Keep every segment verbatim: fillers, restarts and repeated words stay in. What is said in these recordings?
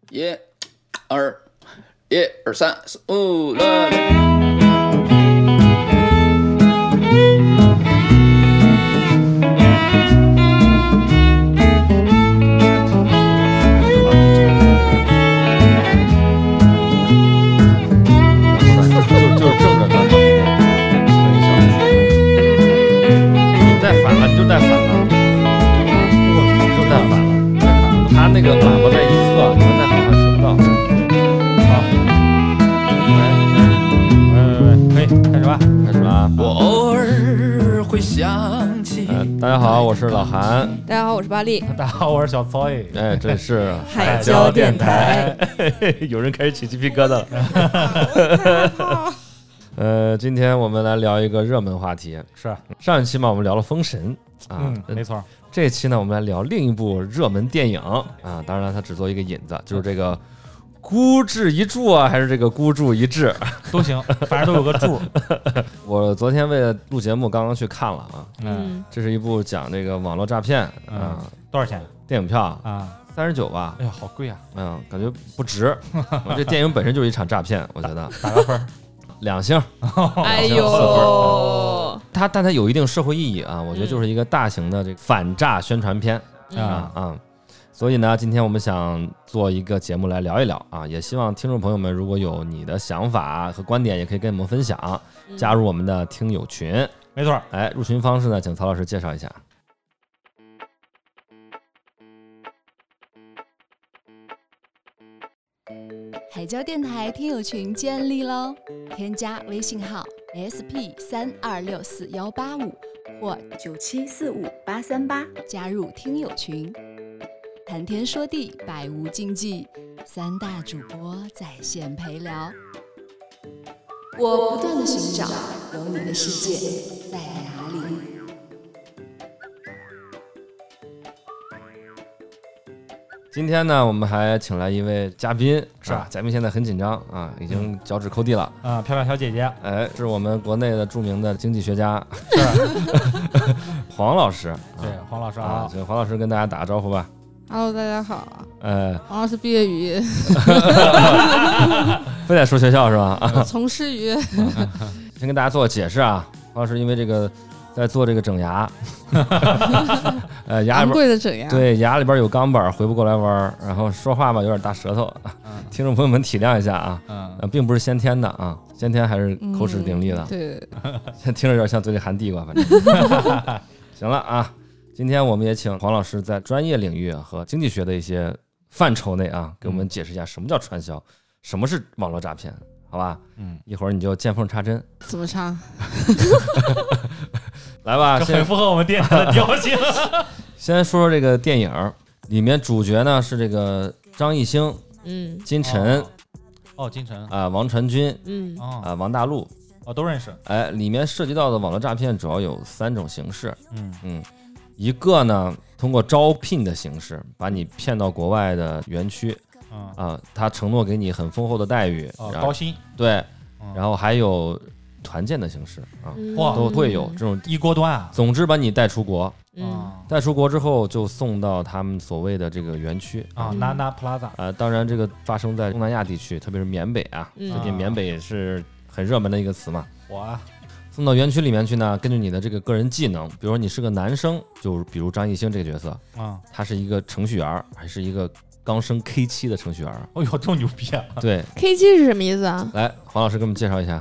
一、二、一、二、三、四、五、六、七。 那个喇叭在一侧，你们在好像听不到。好， 喂喂喂，可以开始吧， 开始吧。 我偶尔会想起。 呃，大家好，我是老韩。 大家好，我是巴力。 大家好，我是小崔。 哎，这里是海椒电台。 有人开始起鸡皮疙瘩了。呃，今天我们来聊一个热门话题。 是上一期嘛，我们聊了《封神》啊， 嗯，没错。 这一期呢，我们来聊另一部热门电影啊，当然它只做一个引子，就是这个孤注一掷啊，还是这个孤注一掷都行，反正都有个注。 我昨天为了录节目，刚刚去看了啊， 嗯， 这是一部讲这个网络诈骗啊、 嗯，多少钱？ 电影票啊， 三十九吧。 哎呀，好贵啊！ 嗯，感觉不值。我这电影本身就是一场诈骗，我觉得打个分， 两星。 哎呦， 它但它有一定社会意义啊，我觉得就是一个大型的这个反诈宣传片、 嗯、 啊啊。所以呢，今天我们想做一个节目来聊一聊啊，也希望听众朋友们如果有你的想法和观点，也可以跟我们分享，加入我们的听友群。 没错， 哎，入群方式呢，请曹老师介绍一下。 海椒电台听友群建立喽，添加微信号 S P 三二六四幺八五或九七四五八三八， 加入听友群，谈天说地，百无禁忌，三大主播在线陪聊。我不断的寻找，有你的世界在哪里？ 今天呢，我们还请来一位嘉宾， 是啊，嘉宾现在很紧张啊，已经脚趾抠地了啊，漂亮小姐姐， 哎，是我们国内的著名的经济学家， 是黄老师， 对，黄老师啊， 啊， 请黄老师跟大家打个招呼吧。 Hello， 大家好。 呃， 黄老师毕业于， 非得说学校是吧？ 从事于， 先跟大家做个解释啊，黄老师因为这个在做这个整牙，呃，牙里昂边贵的整牙， 对，牙里边有钢板，回不过来弯，然后说话吧有点大舌头， 嗯、 听众朋友们体谅一下啊， 嗯， 呃，并不是先天的啊，先天还是口齿伶俐的， 嗯、对， 现在听着有点像嘴里含地瓜，反正。行了啊，今天我们也请黄老师在专业领域和经济学的一些范畴内啊，给我们解释一下什么叫传销，什么是网络诈骗，好吧？嗯，一会儿你就见缝插针。 怎么插？ 来吧， 这很符合我们电台的调性。 先说说这个电影里面主角呢是这个张艺兴， 嗯， 金晨， 哦，哦金晨啊、呃，王传君， 嗯， 啊、呃，王大陆。 哦，都认识。 哎，里面涉及到的网络诈骗主要有三种形式。 嗯嗯，一个呢，通过招聘的形式把你骗到国外的园区，啊、 嗯呃，他承诺给你很丰厚的待遇， 哦，高薪。 对， 嗯、 然后还有团建的形式啊， 哇、嗯， 都会有这种一锅端啊。 总之把你带出国， 嗯， 带出国之后就送到他们所谓的这个园区啊 ，Nana Plaza 啊、 呃，当然这个发生在东南亚地区，特别是缅北啊， 嗯、 最近缅北也是很热门的一个词嘛。 哇。 送到园区里面去呢，根据你的这个个人技能，比如说你是个男生，就比如张艺兴这个角色， 啊， 他是一个程序员，还是一个刚升 K 七的程序员。 哦呦，这么牛逼啊！ 对 ，K 七是什么意思啊？ 来，黄老师给我们介绍一下。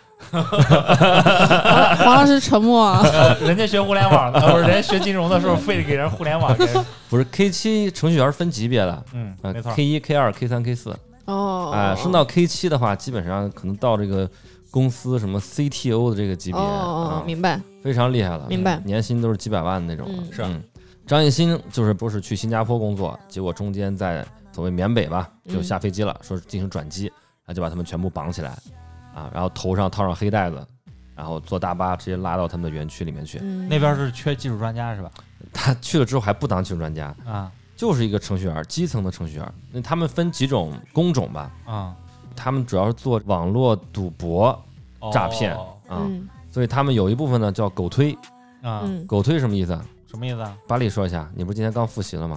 黄老师沉默啊。 人家学互联网的，不是人家学金融的时候，非得给人互联网。 不是 K 七程序员分级别的， 嗯，没错 ，K 一、K 二、K 三、K 四。 哦， 哎、呃，升到 K 七的话，基本上可能到这个公司什么 C T O 的这个级别， 哦， 啊、 明白， 非常厉害了， 明白， 年薪都是几百万的那种。 嗯、 是、 嗯，张艺兴就是不是去新加坡工作，结果中间在所谓缅北吧，就下飞机了，嗯、说进行转机，然后就把他们全部绑起来，啊，然后头上套上黑带子，然后坐大巴直接拉到他们的园区里面去。 嗯、 那边是缺技术专家是吧？ 他去了之后还不当技术专家啊。 就是一个程序员，基层的程序员。那他们分几种工种吧？ 啊、嗯， 他们主要是做网络赌博诈骗、 哦、 啊、嗯，所以他们有一部分呢叫狗推啊、 嗯。 狗推什么意思？ 什么意思啊？ 巴力说一下，你不是今天刚复习了吗？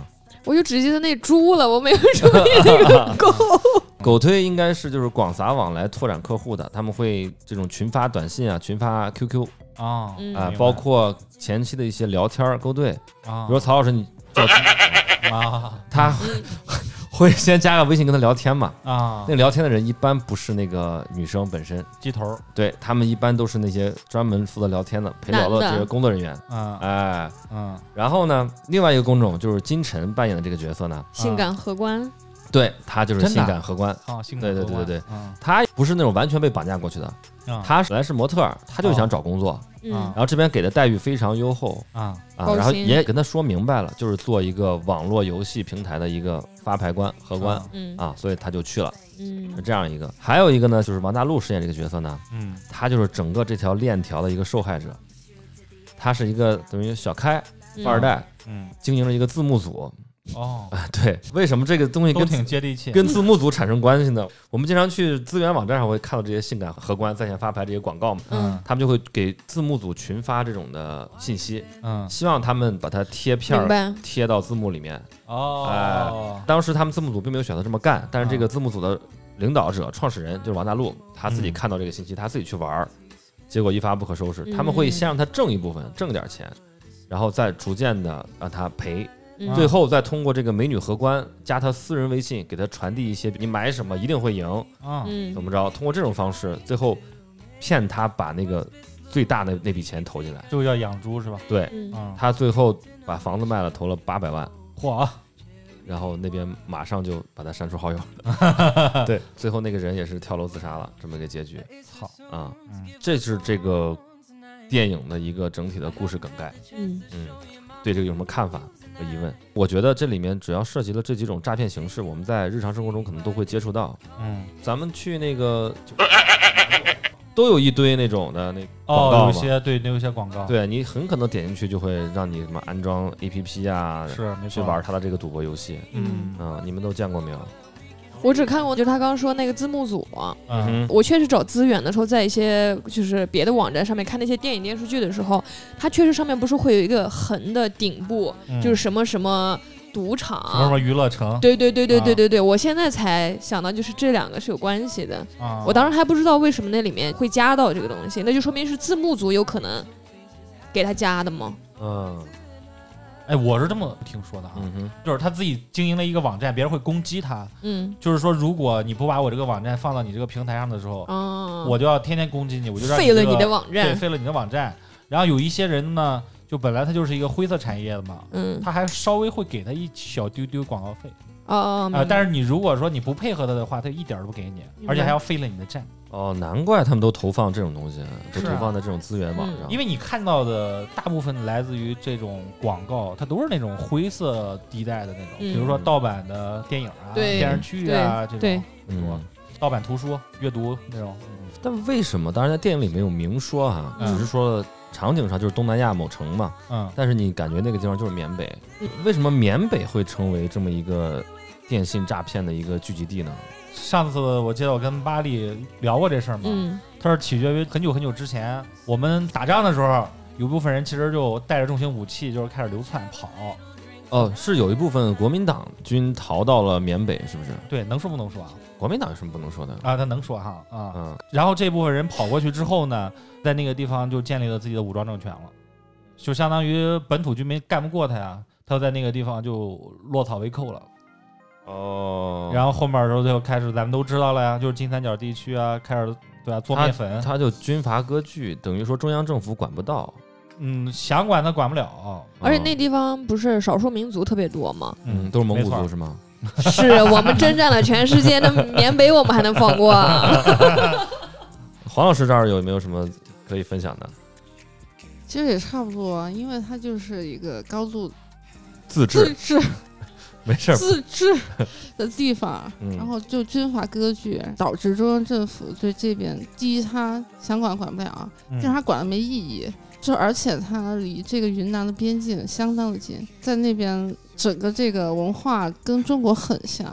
我就只记得那猪了，我没有注意那个狗。 狗推应该是就是广撒网来拓展客户的，他们会这种群发短信啊，群发 Q Q 啊啊、 嗯呃，包括前期的一些聊天勾兑， 啊， 比如说曹老师你叫啊他会先加个微信跟他聊天嘛。 啊那聊天的人一般不是那个女生本身， 鸡头， 对他们一般都是那些专门负责聊天的陪聊的男的这个工作人员。 嗯哎， 嗯然后呢，另外一个工种就是金晨扮演的这个角色呢， 性感荷官， 对他就是真的性感荷官。 啊，性对格多对对对对嗯他不是那种完全被绑架过去的， 嗯他本来是模特儿，他就想找工作， 嗯啊然后这边给的待遇非常优厚啊啊， 高薪然后也跟他说明白了，就是做一个网络游戏平台的一个发牌官、荷官嗯啊，所以他就去了，是嗯这样一个。还有一个呢，就是王大陆饰演这个角色呢， 嗯他就是整个这条链条的一个受害者，他是一个等于小开富二代， 嗯经营了一个字幕组。 哦， 对，为什么这个东西都跟挺接地气， 跟字幕组产生关系呢？我们经常去资源网站上会看到这些性感荷官在线发牌这些广告嘛， 嗯他们就会给字幕组群发这种的信息， 嗯希望他们把它贴片儿明白， 贴到字幕里面。 哦当时他们字幕组并没有选择这么干，但是这个字幕组的领导者、创始人就是王大陆，他自己嗯看到这个信息，他自己去玩儿，结果一发不可收拾。 嗯他们会先让他挣一部分，挣点钱，然后再逐渐的让他赔， 嗯最后再通过这个美女荷官加他私人微信，给他传递一些你买什么一定会赢， 啊嗯怎么着？通过这种方式，最后骗他把那个最大的那笔钱投进来。 这个叫养猪是吧？ 对嗯嗯， 他最后把房子卖了，投了八百万。 嚯， 然后那边马上就把他删除好友了。对，最后那个人也是跳楼自杀了，这么一个结局操， 啊。 嗯这是这个电影的一个整体的故事梗概。 嗯嗯，对这个有什么看法和疑问？我觉得这里面只要涉及了这几种诈骗形式，我们在日常生活中可能都会接触到。 嗯咱们去那个就都有一堆那种的那广告哦， 嘛有一些对，有一些广告， 对你很可能点进去就会让你什么安装 A P P 啊， 是没错， 去玩他的这个赌博游戏。 嗯啊，你们都见过没有？ 我只看过，就是他刚刚说那个字幕组。 嗯我确实找资源的时候，在一些就是别的网站上面看那些电影电视剧的时候，它确实上面不是会有一个横的顶部， 嗯就是什么什么赌场， 什么什么娱乐城， 对对对对啊对对对，我现在才想到，就是这两个是有关系的。 啊， 我当时还不知道为什么那里面会加到这个东西，那就说明是字幕组有可能给他加的吗？ 嗯哎，我是这么听说的哈， 嗯哼。 就是他自己经营了一个网站，别人会攻击他， 嗯就是说如果你不把我这个网站放到你这个平台上的时候， 啊， 我就要天天攻击你，我就让废了这个你的网对， 站。 废了你的网站。然后有一些人呢，就本来他就是一个灰色产业的嘛， 嗯他还稍微会给他一小丢丢广告费哦哦， 啊、 明白但是你如果说你不配合他的话，他一点儿都不给你， 明白而且还要废了你的站， 哦，难怪他们都投放这种东西，都是啊投放在这种资源网上。 嗯因为你看到的大部分来自于这种广告，它都是那种灰色地带的那种， 嗯比如说盗版的电影啊、 对电视剧啊这对种， 嗯， 盗版图书、阅读那种。 但为什么？当然在电影里没有明说哈， 嗯只是说了场景上就是东南亚某城嘛。 嗯， 但是你感觉那个地方就是缅北， 嗯为什么缅北会成为这么一个电信诈骗的一个聚集地呢？ 上次我记得我跟巴力聊过这事儿嘛， 嗯他说取决于很久很久之前，我们打仗的时候，有部分人其实就带着重型武器，就是开始流窜跑。 哦，是有一部分国民党军逃到了缅北，是不是？ 对，能说不能说啊？ 国民党有什么不能说的？ 啊，他能说哈啊。 嗯， 然后这部分人跑过去之后呢，在那个地方就建立了自己的武装政权了，就相当于本土军民干不过他呀，他在那个地方就落草为寇了。 哦， 然后后面的时候就开始咱们都知道了呀，就是金三角地区啊，开始对吧、做面粉， 他就军阀割据，等于说中央政府管不到。 嗯，想管他管不了。 而且那地方不是少数民族特别多吗？ 嗯，都是蒙古没错族是吗？ 是我们征战了全世界，那缅北我们还能放过啊？ 黄老师这儿有没有什么可以分享的？ 其实也差不多，因为它就是一个高度自自治， 治没事儿。 自治的地方， 嗯然后就军阀割据，导致中央政府对这边第一他想管管不了， 嗯第二他管了没意义，就而且它离这个云南的边境相当的近，在那边整个这个文化跟中国很像，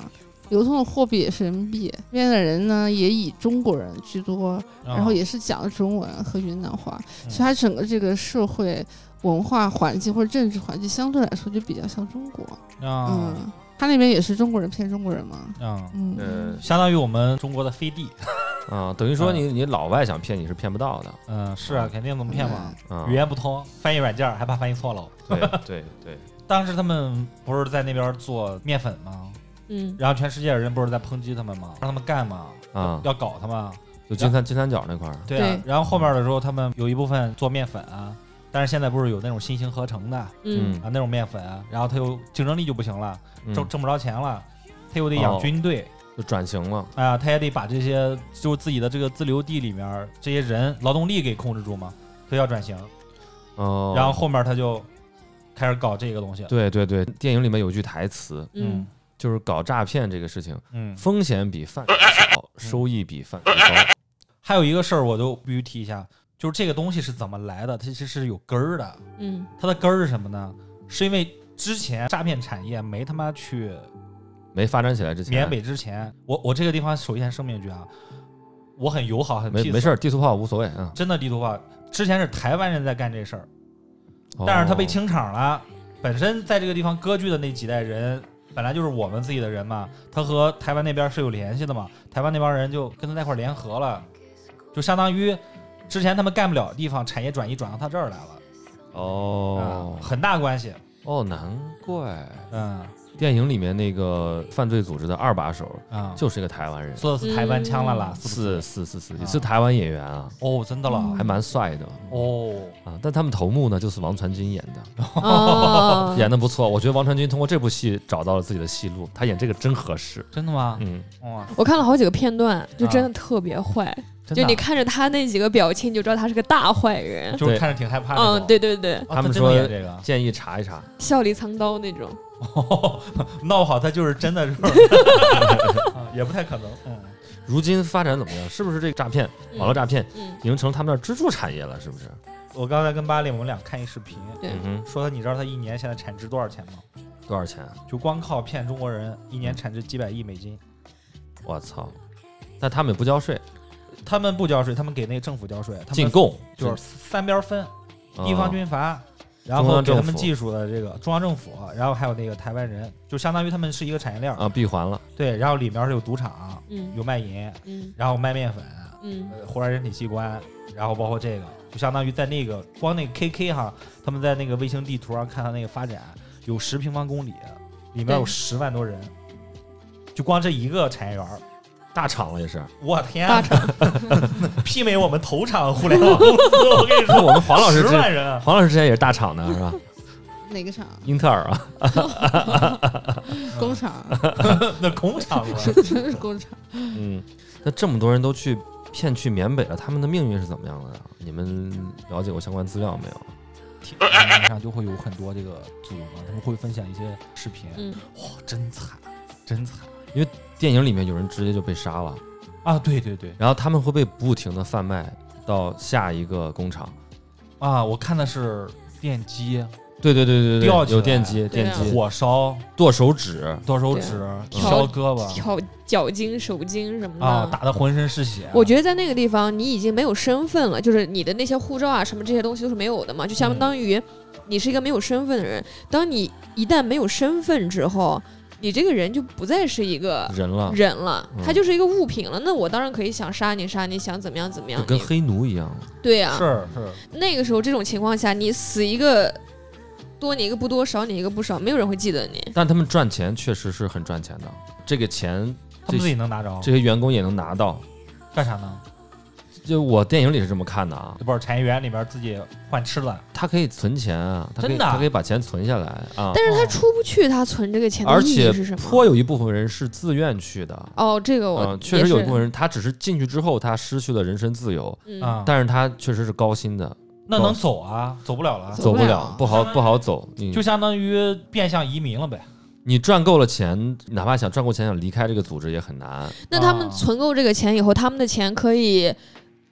流通的货币也是人民币，这边的人呢也以中国人居多，然后也是讲中文和云南话， 嗯、 所以它整个这个社会文化环境或者政治环境相对来说就比较像中国。 啊、 嗯，他那边也是中国人骗中国人嘛。 啊、 嗯， 呃， 相当于我们中国的飞地。 啊，等于说你你老外想骗你是骗不到的。 嗯，是啊，肯定能骗嘛。 嗯、 语言不通，翻译软件还怕翻译错了。 对对对。 当时他们不是在那边做面粉吗？ 嗯， 然后全世界的人不是在抨击他们吗？让他们干嘛？ 啊， 要搞他们。 就金三金三角那块儿。 对啊。然后后面的时候，他们有一部分做面粉啊，但是现在不是有那种新型合成的， 嗯啊那种面粉，然后他又竞争力就不行了， 嗯、 挣挣不着钱了，他又得养军队。 哦就转型了啊，他也得把这些就自己的这个自留地里面这些人劳动力给控制住嘛，他要转型。 哦， 然后后面他就开始搞这个东西。 对对对，电影里面有句台词， 嗯， 就是搞诈骗这个事情， 嗯， 风险比犯罪少，收益比犯罪高。 还有一个事儿，我都必须提一下，就是这个东西是怎么来的，它其实是有根儿的。 嗯， 它的根儿是什么呢？是因为之前诈骗产业没他妈去。 没发展起来之前， 缅北之前，我我这个地方首先声明一句啊，我很友好，很没没事，地图炮无所谓啊。 真的地图炮，之前是台湾人在干这事儿， 哦、 但是他被清场了。本身在这个地方割据的那几代人，本来就是我们自己的人嘛，他和台湾那边是有联系的嘛，台湾那帮人就跟他在一块联合了，就相当于之前他们干不了的地方，产业转移转到他这儿来了。 哦、 嗯，很大关系。 哦，难怪。 嗯。 电影里面那个犯罪组织的二把手啊， 就是一个台湾人， 说的是台湾腔了啦， 是是是是，也是台湾演员啊。 哦，真的了， 还蛮帅的哦啊。但他们头目呢，就是王传君演的， 哦、 演的不错。我觉得王传君通过这部戏找到了自己的戏路，他演这个真合适。 真的吗？ 嗯， 哇， 我看了好几个片段，就真的特别坏。啊就你看着他那几个表情，就知道他是个大坏人， 就是看着挺害怕的。 嗯，对对对， 他们说这个建议查一查， 笑里藏刀那种。 哦、闹不好他就是真的是，啊、也不太可能。嗯， 如今发展怎么样？是不是这个诈骗、 嗯、 网络诈骗、 嗯、 已经成他们那支柱产业了？是不是？ 我刚才跟巴力我们俩看一视频， 对， 嗯、 说他你知道他一年现在产值多少钱吗？ 多少钱？ 就光靠骗中国人，一年产值几百亿美金。 我操！但他们也不交税。 他们不交税，他们给那个政府交税，他们进贡就是三边分， 哦、 地方军阀，然后给他们技术的这个中央政府，然后还有那个台湾人，就相当于他们是一个产业链啊，闭环了。 对，然后里面是有赌场， 嗯， 有卖淫， 嗯， 然后卖面粉， 嗯， 呃、活人体器官，然后包括这个，就相当于在那个光那个 K K 哈，他们在那个卫星地图上看到那个发展有十平方公里，里面有十万多人，就光这一个产业园。 大厂了也是， 我天、 啊！ 媲美我们头厂互联网公司，我跟你说， 我们黄老师十万人、啊， 黄老师之前也是大厂的，是吧？ 哪个厂？ 英特尔啊， 工厂， 那工厂是真是工厂。 嗯，那这么多人都去骗去缅北了，他们的命运是怎么样的呀？你们了解过相关资料没有？ 网上就会有很多这个组嘛，他们会分享一些视频， 嗯， 哇，真惨，真惨， 因为电影里面有人直接就被杀了啊，对对对， 然后他们会被不停的贩卖到下一个工厂啊，我看的是电击， 对对对对对， 吊有电击，电击， 火烧， 剁手指， 剁手指，削胳膊， 挑脚筋、手筋什么的啊，打得浑身是血。 我觉得在那个地方，你已经没有身份了，就是你的那些护照啊什么这些东西都是没有的嘛，就相当于你是一个没有身份的人。当你一旦没有身份之后，你这个人就不再是一个人了， 人了，他就是一个物品了。那我当然可以想杀你杀你，想怎么样怎么样， 就跟黑奴一样。 对呀、啊， 是是。 那个时候这种情况下，你死一个多你一个不多，少你一个不少，没有人会记得你。 但他们赚钱确实是很赚钱的，这个钱他们自己能拿着， 这些员工也能拿到， 干啥呢？ 就我电影里是这么看的啊， 不是产业园里边自己换吃的， 他可以存钱啊，他可以真的， 他可以把钱存下来啊。 但是他出不去，他存这个钱的意义是什么？ 而且颇有一部分人是自愿去的。 哦，这个我、 嗯、确实有一部分人，他只是进去之后他失去了人身自由， 嗯， 但是他确实是高薪的。 那能走啊？走不了了， 走不了，不好不好走， 就相当于变相移民了呗。 你赚够了钱，哪怕想赚够钱想离开这个组织也很难。 那他们存够这个钱以后，他们的钱可以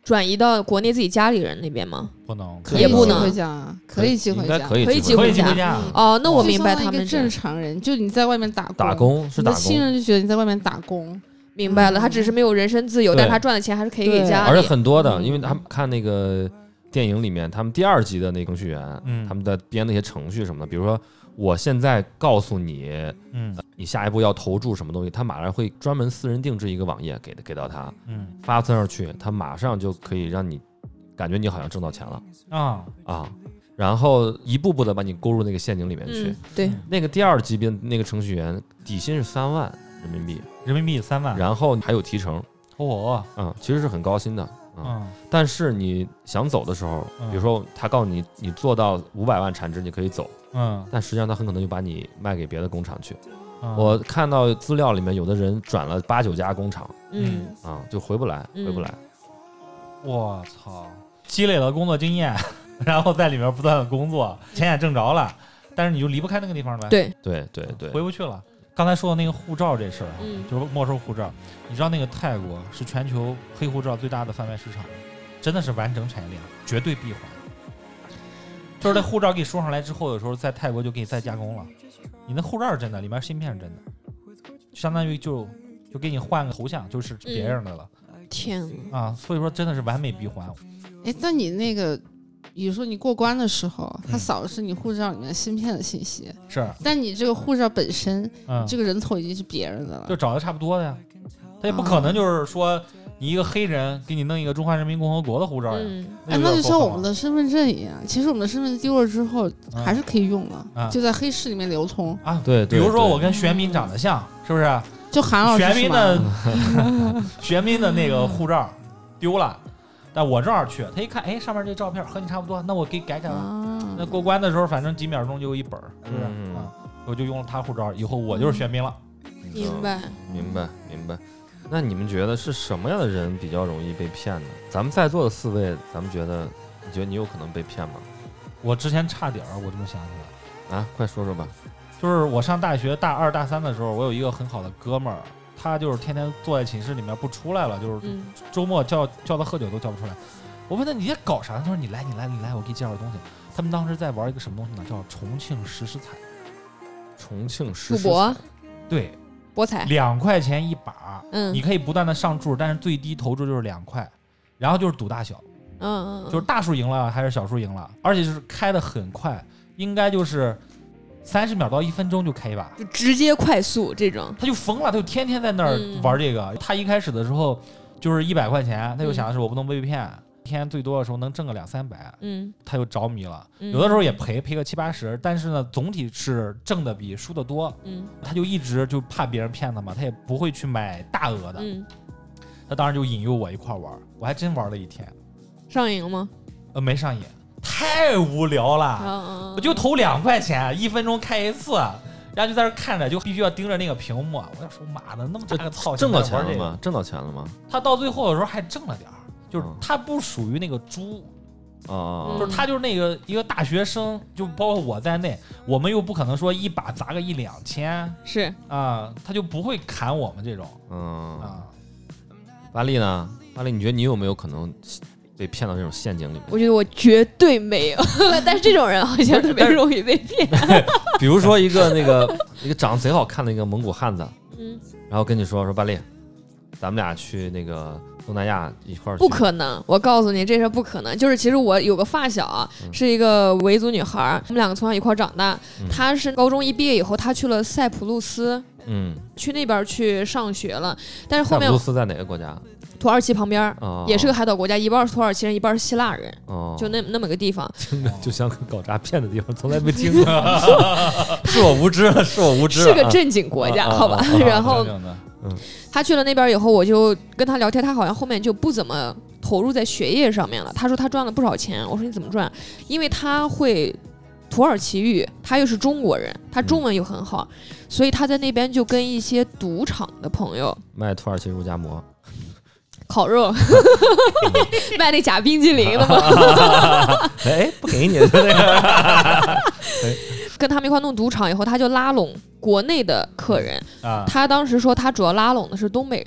转移到国内自己家里人那边吗？ 不能， 可以也不能寄回家，可以寄回家， 可以可以寄可以回家寄回家。 哦，那我就明白相当于一个他们正常人，就你在外面打工， 打工是打你的亲工， 人就觉得你在外面打工， 明白了，他只是没有人身自由， 对但他赚的钱还是可以给家里。 而且很多的， 嗯因为他们看那个电影里面，他们第二集的那个程序员， 嗯他们在编那些程序什么的，比如说我现在告诉你， 嗯你下一步要投注什么东西，他马上会专门私人定制一个网页给给到他， 嗯发到那儿去，他马上就可以让你感觉你好像挣到钱了啊啊，然后一步步的把你勾入那个陷阱里面去。 嗯，对， 那个第二级别那个程序员底薪是三万人民币， 人民币三万， 然后还有提成， 哦， 嗯，其实是很高薪的。嗯， 嗯但是你想走的时候， 嗯比如说他告诉你，你做到五百万产值，你可以走， 嗯， 但实际上他很可能就把你卖给别的工厂去。 嗯我看到资料里面，有的人转了八九家工厂嗯啊，就回不来， 嗯回不来。 我操，积累了工作经验，然后在里面不断的工作，钱也挣着了，但是你就离不开那个地方了呗， 对， 对对对， 回不去了。刚才说的那个护照这事儿啊， 嗯就是没收护照，你知道那个泰国是全球黑护照最大的贩卖市场，真的是完整产业链，绝对闭环。就是这护照给你收上来之后，有时候在泰国就给你再加工了，你那护照是真的，里面芯片是真的，相当于就就给你换个头像，就是别人的了、 天哪， 啊，所以说真的是完美闭环。 哎，那你那个，比如说你过关的时候，他嗯扫的是你护照里面芯片的信息， 是， 但你这个护照本身， 嗯， 这个人头已经是别人的了就。找的差不多的呀，他也不可能就是说你一个黑人给你弄一个中华人民共和国的护照呀， 嗯哎，那就像我们的的身份证一样，其实我们的身份证丢了之后还是可以用的， 啊就在黑市里面流通。 啊， 对对比如说对我跟玄彬长得像，是不是？ 就韩老师玄彬是吗的玄彬的那个护照丢了，但我正好去，他一看，哎，上面这照片和你差不多，那我给改改吧。 啊， 那过关的时候，反正几秒钟就有一本儿，是不是？ 嗯啊，我就用了他护照，以后我就是玄彬了。 明白。 明白明白。那你们觉得是什么样的人比较容易被骗呢？咱们在座的四位，咱们觉得，你觉得你有可能被骗吗？ 我之前差点儿，我这么想起来。 啊，快说说吧。 就是我上大学大二大三的时候，我有一个很好的哥们儿，他就是天天坐在寝室里面不出来了，就是嗯周末叫叫他喝酒都叫不出来。我问他你在搞啥呢？他说你来你来你来，我给你介绍个东西。他们当时在玩一个什么东西呢？叫重庆石狮彩。 重庆石狮赌博、 对， 博彩， 两块钱一把， 嗯， 你可以不断的上注，但是最低投注就是两块，然后就是赌大小， 嗯嗯， 就是大数赢了还是小数赢了，而且就是开的很快，应该就是三十秒到一分钟就开一把。 就直接快速这种， 他就疯了，他就天天在那儿嗯玩这个。他一开始的时候就是一百块钱，他就想的是我不能被骗，一天最多的时候能挣个两三百， 嗯， 他就着迷了。 嗯有的时候也赔赔个七八十，但是呢，总体是挣的比输的多。 嗯他就一直就怕别人骗他嘛，他也不会去买大额的。 嗯， 他当时就引诱我一块玩，我还真玩了一天， 上瘾了吗？ 呃，没上瘾，太无聊了。 啊， 我就投两块钱，一分钟开一次。然后就在那看着，就必须要盯着那个屏幕。我要说妈的，那么大个操， 挣到钱玩这个了吗？挣到钱了吗？ 他到最后的时候还挣了点儿，就是嗯他不属于那个猪， 啊， 就是他就是那个一个大学生，就包括我在内，我们又不可能说一把砸个一两千是啊，他就不会砍我们这种嗯， 啊。 巴力呢？巴力，你觉得你有没有可能被骗到这种陷阱里面？ 我觉得我绝对没有，但是这种人好像特别容易被骗。 比如说一个那个一个长得贼好看的一个蒙古汉子， 嗯， 然后跟你说说巴力，咱们俩去那个东南亚一块儿去。 不可能，我告诉你，这事儿不可能。就是其实我有个发小啊， 嗯是一个维族女孩儿，我们两个从小一块儿长大。 嗯她是高中一毕业以后，她去了塞浦路斯， 嗯， 去那边儿去上学了。但是后面塞浦路斯在哪个国家？ 土耳其旁边儿啊， 也是个海岛国家，一半是土耳其人，一半是希腊人， 哦， 就那那么个地方。 听着就像个搞诈骗的地方，从来没听过。是我无知了，是我无知了。 是个正经国家， 啊好吧？ 啊啊啊然后正经的他去了那边以后，我就跟他聊天，他好像后面就不怎么投入在学业上面了。他说他赚了不少钱，我说你怎么赚？因为他会土耳其语，他又是中国人，他中文又很好，所以他在那边就跟一些赌场的朋友卖土耳其肉夹馍， 烤肉，卖那假冰激凌的嘛， 哎，不给你的那个。 跟他们一块弄赌场以后，他就拉拢国内的客人。 啊， 他当时说他主要拉拢的是东北人。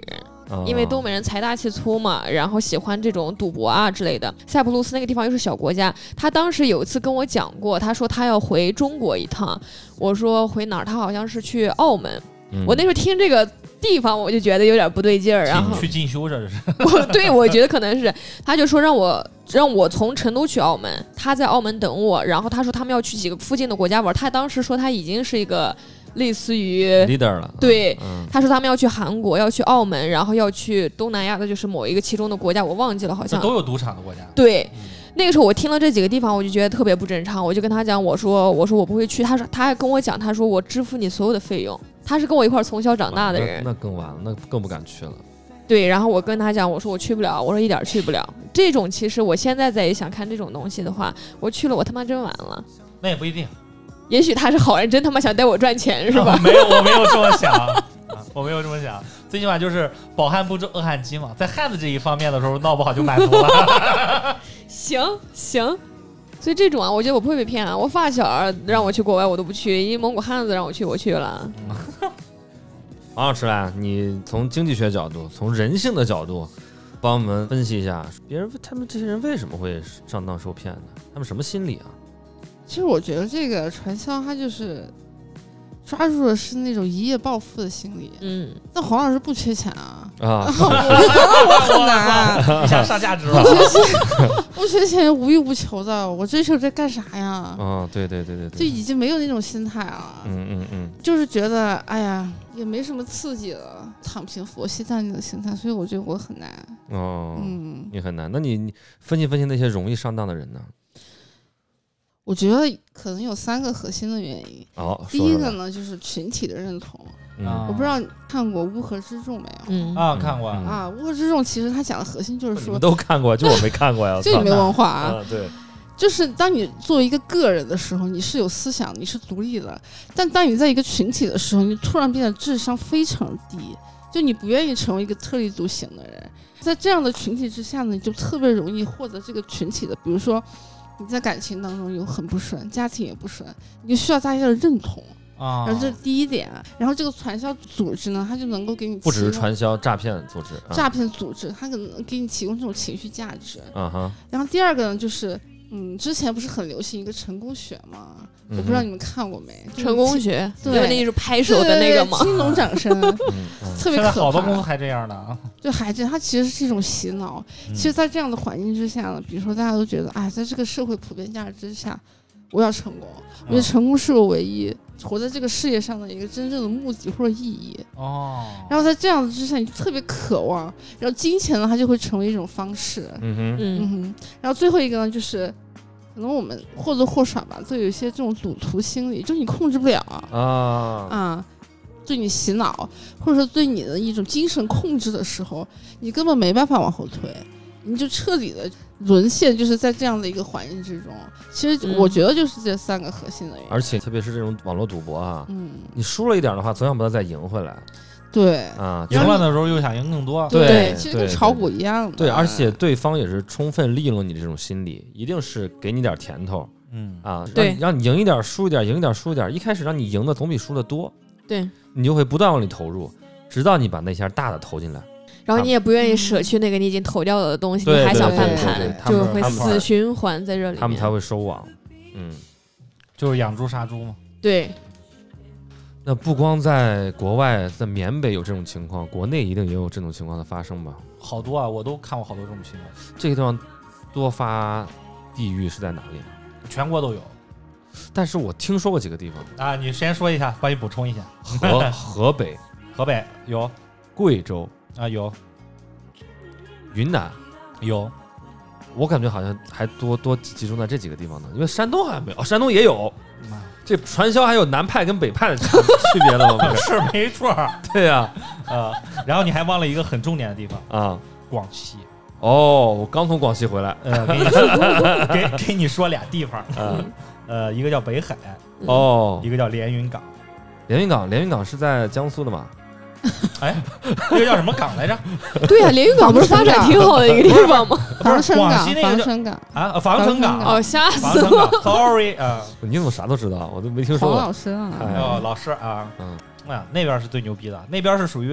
因为东北人财大气粗嘛，然后喜欢这种赌博啊之类的。塞浦路斯那个地方又是小国家，他当时有一次跟我讲过，他说他要回中国一趟，我说回哪儿？他好像是去澳门。 嗯、 我那时候听这个地方我就觉得有点不对劲儿，然后去进修这是。 我对我觉得可能是，他就说让我让我从成都去澳门，他在澳门等我，然后他说他们要去几个附近的国家玩，他当时说他已经是一个。类似于 leader 了， 对、 嗯， 他说他们要去韩国，要去澳门，然后要去东南亚的，就是某一个其中的国家，我忘记了，好像都有赌场的国家。 对、嗯，那个时候我听了这几个地方，我就觉得特别不正常，我就跟他讲，我说我说我不会去，他说他还跟我讲，他说我支付你所有的费用，他是跟我一块从小长大的人， 那, 那更完了，那更不敢去了。 对，然后我跟他讲，我说我去不了，我说一点去不了。这种其实我现在再也想看这种东西的话，我去了我他妈真完了。 那也不一定。 也许他是好人，真他妈想带我赚钱是吧、 啊、没有，我没有这么想、啊、我没有这么想，最起码就是饱汉不知饿汉饥嘛，在汉子这一方面的时候闹不好就满足了行行，所以这种啊我觉得我不会被骗啊，我发小让我去国外我都不去，因为蒙古汉子让我去我去了。 王老师来，你从经济学角度，从人性的角度帮我们分析一下，别人他们这些人为什么会上当受骗的，他们什么心理啊？ 其实我觉得这个传销它就是抓住的是那种一夜暴富的心理。 嗯， 那黄老师不缺钱啊啊， 我很难， 你想上价值了， 不缺钱，不缺钱无欲无求的，我追求这干啥呀？ 嗯，对对对对对， 就已经没有那种心态了。 嗯嗯嗯， 就是觉得哎呀也没什么刺激了，躺平佛系这样的心态，所以我觉得我很难。 哦， 嗯， 你很难。那你你分析分析那些容易上当的人呢？ 我觉得可能有三个核心的原因。 哦， 第一个呢就是群体的认同。 嗯、 我不知道你看过《乌合之众》没有？ 嗯啊，看过、 嗯、 啊，《乌合之众》其实它讲的核心就是说， 你们都看过，就我没看过呀， 就你没文化啊。 啊对， 就是当你作为一个个人的时候，你是有思想，你是独立的；但当你在一个群体的时候，你突然变得智商非常低，就你不愿意成为一个特立独行的人。在这样的群体之下呢，你就特别容易获得这个群体的，比如说你在感情当中有很不顺，家庭也不顺，你就需要大家的认同啊。然后这是第一点，然后这个传销组织呢，它就能够给你不只是传销诈骗组织，啊、 诈骗组织它可能给你提供这种情绪价值。 啊哈。 然后第二个呢，就是嗯，之前不是很流行一个成功学吗？ 嗯、 我不知道你们看过没？ 成功学， 对， 有那一种拍手的那个吗？ 青龙掌声， 嗯嗯、特别可怕。现在好多公司还这样的啊， 就还这，它其实是一种洗脑。嗯、其实，在这样的环境之下呢，比如说大家都觉得，哎，在这个社会普遍价值之下，我要成功，我觉得成功是我唯一活在这个世界上的一个真正的目的或者意义。 哦。 然后在这样的之下，你就特别渴望，然后金钱呢，它就会成为一种方式。 嗯哼， 嗯哼。然后最后一个呢，就是可能我们或多或少吧，都有一些这种赌徒心理，就你控制不了啊啊，对你洗脑，或者说对你的一种精神控制的时候，你根本没办法往后退，你就彻底的沦陷，就是在这样的一个环境之中。其实我觉得就是这三个核心的原因， 而且特别是这种网络赌博啊， 嗯， 你输了一点的话，总想把它再赢回来。 对啊， 赢了的时候又想赢更多。 对， 对其实跟炒股一样的。 对，而且对方也是充分利用你这种心理，一定是给你点甜头， 嗯啊， 对， 让你让你赢一点，输一点，赢一点，输一点。一开始让你赢的总比输的多， 对， 你就会不断往里投入，直到你把那些大的投进来。 然后你也不愿意舍去那个你已经投掉了的东西，你还想翻盘，就会死循环在这里， 他们才会收网。嗯， 就是养猪杀猪嘛。 对。 那不光在国外，在缅北有这种情况，国内一定也有这种情况的发生吧？ 好多啊，我都看过好多这种新闻。 这个地方多发地域是在哪里？ 全国都有， 但是我听说过几个地方啊。你先说一下，帮你补充一下。 河河北， 河北有， 贵州啊有， 云南有。 我感觉好像还多多集中在这几个地方呢，因为山东好像没有，哦、山东也有。这传销还有南派跟北派的区别的吗？ 是没错， 对呀、 啊，呃，然后你还忘了一个很重点的地方啊， 广西。 哦，我刚从广西回来， 呃，给你说，给给你说俩地方， 嗯， 呃，一个叫北海， 哦， 一个叫连云港。 连云港，连云港是在江苏的吗？ 哎，那个叫什么港来着？ 对呀、啊，连云港不是发展挺好的一个地方吗？ 防城港， 广西那个防城港啊，防城港哦，吓死我 ！Sorry 啊， 你怎么啥都知道？我都没听说过。 黄老师啊， 哦，老师啊， 嗯， 哎呀，那边是最牛逼的，那边是属于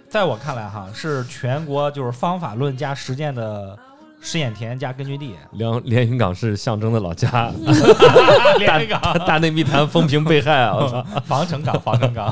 在我看来哈，是全国就是方法论加实践的试验田加根据地。 连连云港是象征的老家， 连云港大内密谈风评被害啊！我操， 防城港，防城港。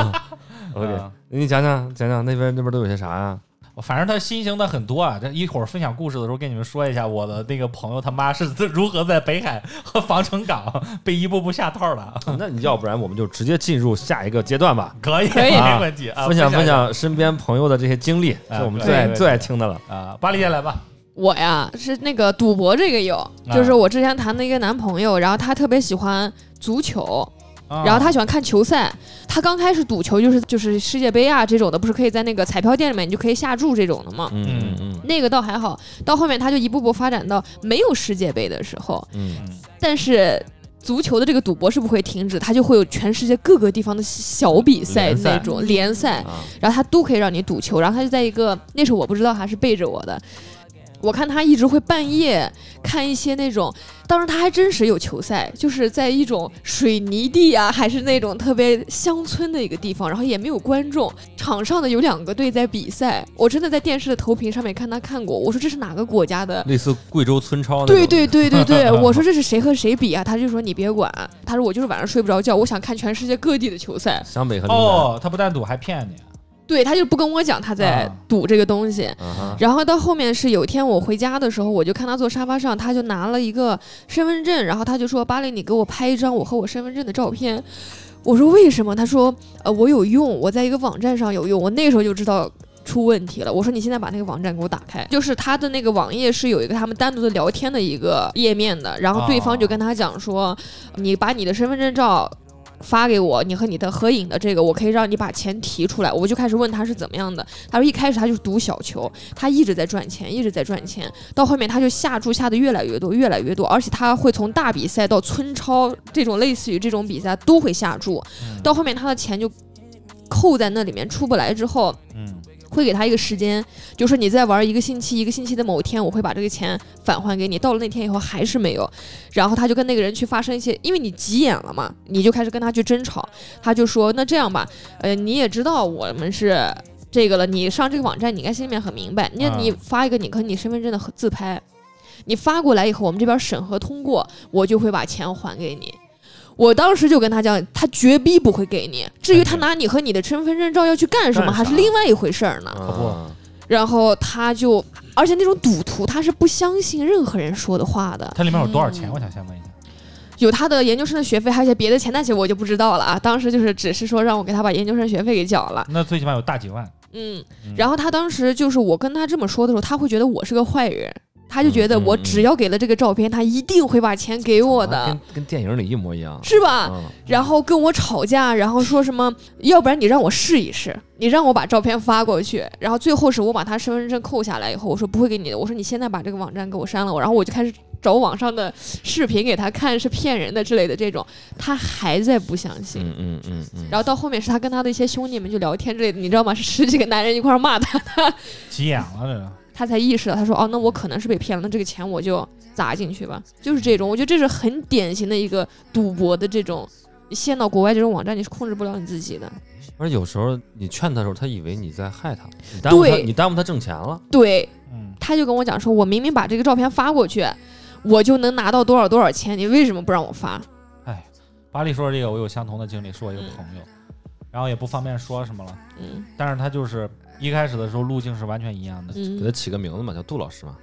OK，你讲讲讲讲那边那边都有些啥呀？ 反正他新型的很多啊，这一会儿分享故事的时候跟你们说一下我的那个朋友他妈是如何在北海和防城港被一步步下套的。 那你要不然我们就直接进入下一个阶段吧。 可以， 可以没问题啊。 分享分享身边朋友的这些经历，是我们最爱最爱听的了啊。巴黎先来吧。 我呀是那个赌博这个有，就是我之前谈的一个男朋友，然后他特别喜欢足球。然后他喜欢看球赛，他刚开始赌球就是就是世界杯啊这种的，不是可以在那个彩票店里面你就可以下注这种的吗？ 嗯嗯， 那个倒还好，到后面他就一步步发展到没有世界杯的时候， 嗯， 但是足球的这个赌博是不会停止，它就会有全世界各个地方的小比赛那种联赛，然后他都可以让你赌球，然后他就在一个那时候我不知道他是背着我的。我看他一直会半夜看一些那种，当然他还真实有球赛，就是在一种水泥地啊，还是那种特别乡村的一个地方，然后也没有观众，场上的有两个队在比赛，我真的在电视的投屏上面看他看过，我说这是哪个国家的？ 类似贵州村超那种。 对对对对对，我说这是谁和谁比啊？他就说你别管，他说我就是晚上睡不着觉，我想看全世界各地的球赛。 湘北和哦，他不但赌还骗你。 对，他就不跟我讲他在赌这个东西、 啊、 然后到后面是有一天我回家的时候，我就看他坐沙发上，他就拿了一个身份证，然后他就说巴黎你给我拍一张我和我身份证的照片。我说为什么？他说呃我有用，我在一个网站上有用。我那个时候就知道出问题了，我说你现在把那个网站给我打开，就是他的那个网页是有一个他们单独的聊天的一个页面的，然后对方就跟他讲说、哦、你把你的身份证照发给我，你和你的合影的这个，我可以让你把钱提出来。我就开始问他是怎么样的，他说一开始他就是赌小球，他一直在赚钱，一直在赚钱，到后面他就下注下的越来越多，越来越多，而且他会从大比赛到村超这种类似于这种比赛都会下注，到后面他的钱就扣在那里面出不来之后，嗯。会给他一个时间，就是你再玩一个星期，一个星期的某天，我会把这个钱返还给你。到了那天以后还是没有，然后他就跟那个人去发生一些，因为你急眼了嘛，你就开始跟他去争吵。他就说：“那这样吧，呃，你也知道我们是这个了，你上这个网站，你应该心里面很明白。你你发一个你和你身份证的自拍，你发过来以后，我们这边审核通过，我就会把钱还给你。”我当时就跟他讲，他绝逼不会给你。至于他拿你和你的身份证照要去干什么，还是另外一回事儿呢。 啊、 然后他就，而且那种赌徒他是不相信任何人说的话的。 他里面有多少钱？嗯、我想先问一下。 有他的研究生的学费，还有一些别的钱，那些我就不知道了啊。当时就是只是说让我给他把研究生学费给缴了。 那最起码有大几万。 嗯，然后他当时就是我跟他这么说的时候，他会觉得我是个坏人。他就觉得我只要给了这个照片，他一定会把钱给我的， 啊、跟跟电影里一模一样， 是吧？ 嗯、 然后跟我吵架，然后说什么，要不然你让我试一试，你让我把照片发过去，然后最后是我把他身份证扣下来以后，我说不会给你的，我说你现在把这个网站给我删了，然后我就开始找网上的视频给他看，是骗人的之类的这种，他还在不相信。 嗯嗯嗯嗯。 然后到后面是他跟他的一些兄弟们就聊天之类的，你知道吗？是十几个男人一块骂他，他急眼了这个。 他才意识到，他说：“哦，那我可能是被骗了，那这个钱我就砸进去吧。”就是这种，我觉得这是很典型的一个赌博的这种，你陷到国外这种网站，你是控制不了你自己的。 而有时候你劝他的时候，他以为你在害他，你耽误他，你耽误他挣钱了。 对，嗯，他就跟我讲说：“我明明把这个照片发过去，我就能拿到多少多少钱，你为什么不让我发？” 哎，巴黎说的这个，我有相同的经历，是我一个朋友，嗯、然后也不方便说什么了，嗯，但是他就是。一开始的时候路径是完全一样的， 嗯、 给他起个名字嘛，叫杜老师嘛。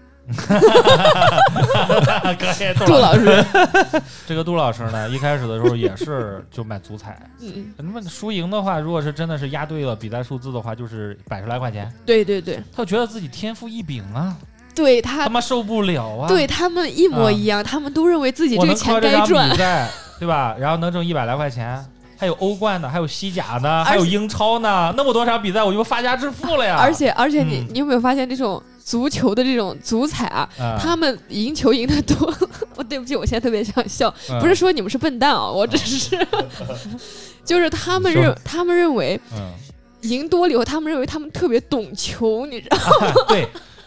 杜老师， 这个杜老师呢，一开始的时候也是就买足彩，嗯，那么输赢的话，如果是真的是押对了比赛数字的话，就是百十来块钱。 对对对， 他觉得自己天赋异禀啊， 对他他妈受不了啊， 对他们一模一样，啊、他们都认为自己这个钱该赚， 比赛对吧？然后能挣一百来块钱。还有欧冠的，还有西甲的，还有英超呢，那么多场比赛，我就发家致富了呀！ 而且而且你、嗯、你有没有发现这种足球的这种足彩啊，嗯、他们赢球赢得多？我对不起，我现在特别想笑，嗯、不是说你们是笨蛋啊，我只是，嗯、就是他们认他们认为，嗯、赢多了以后，他们认为他们特别懂球，你知道吗？ 啊、对。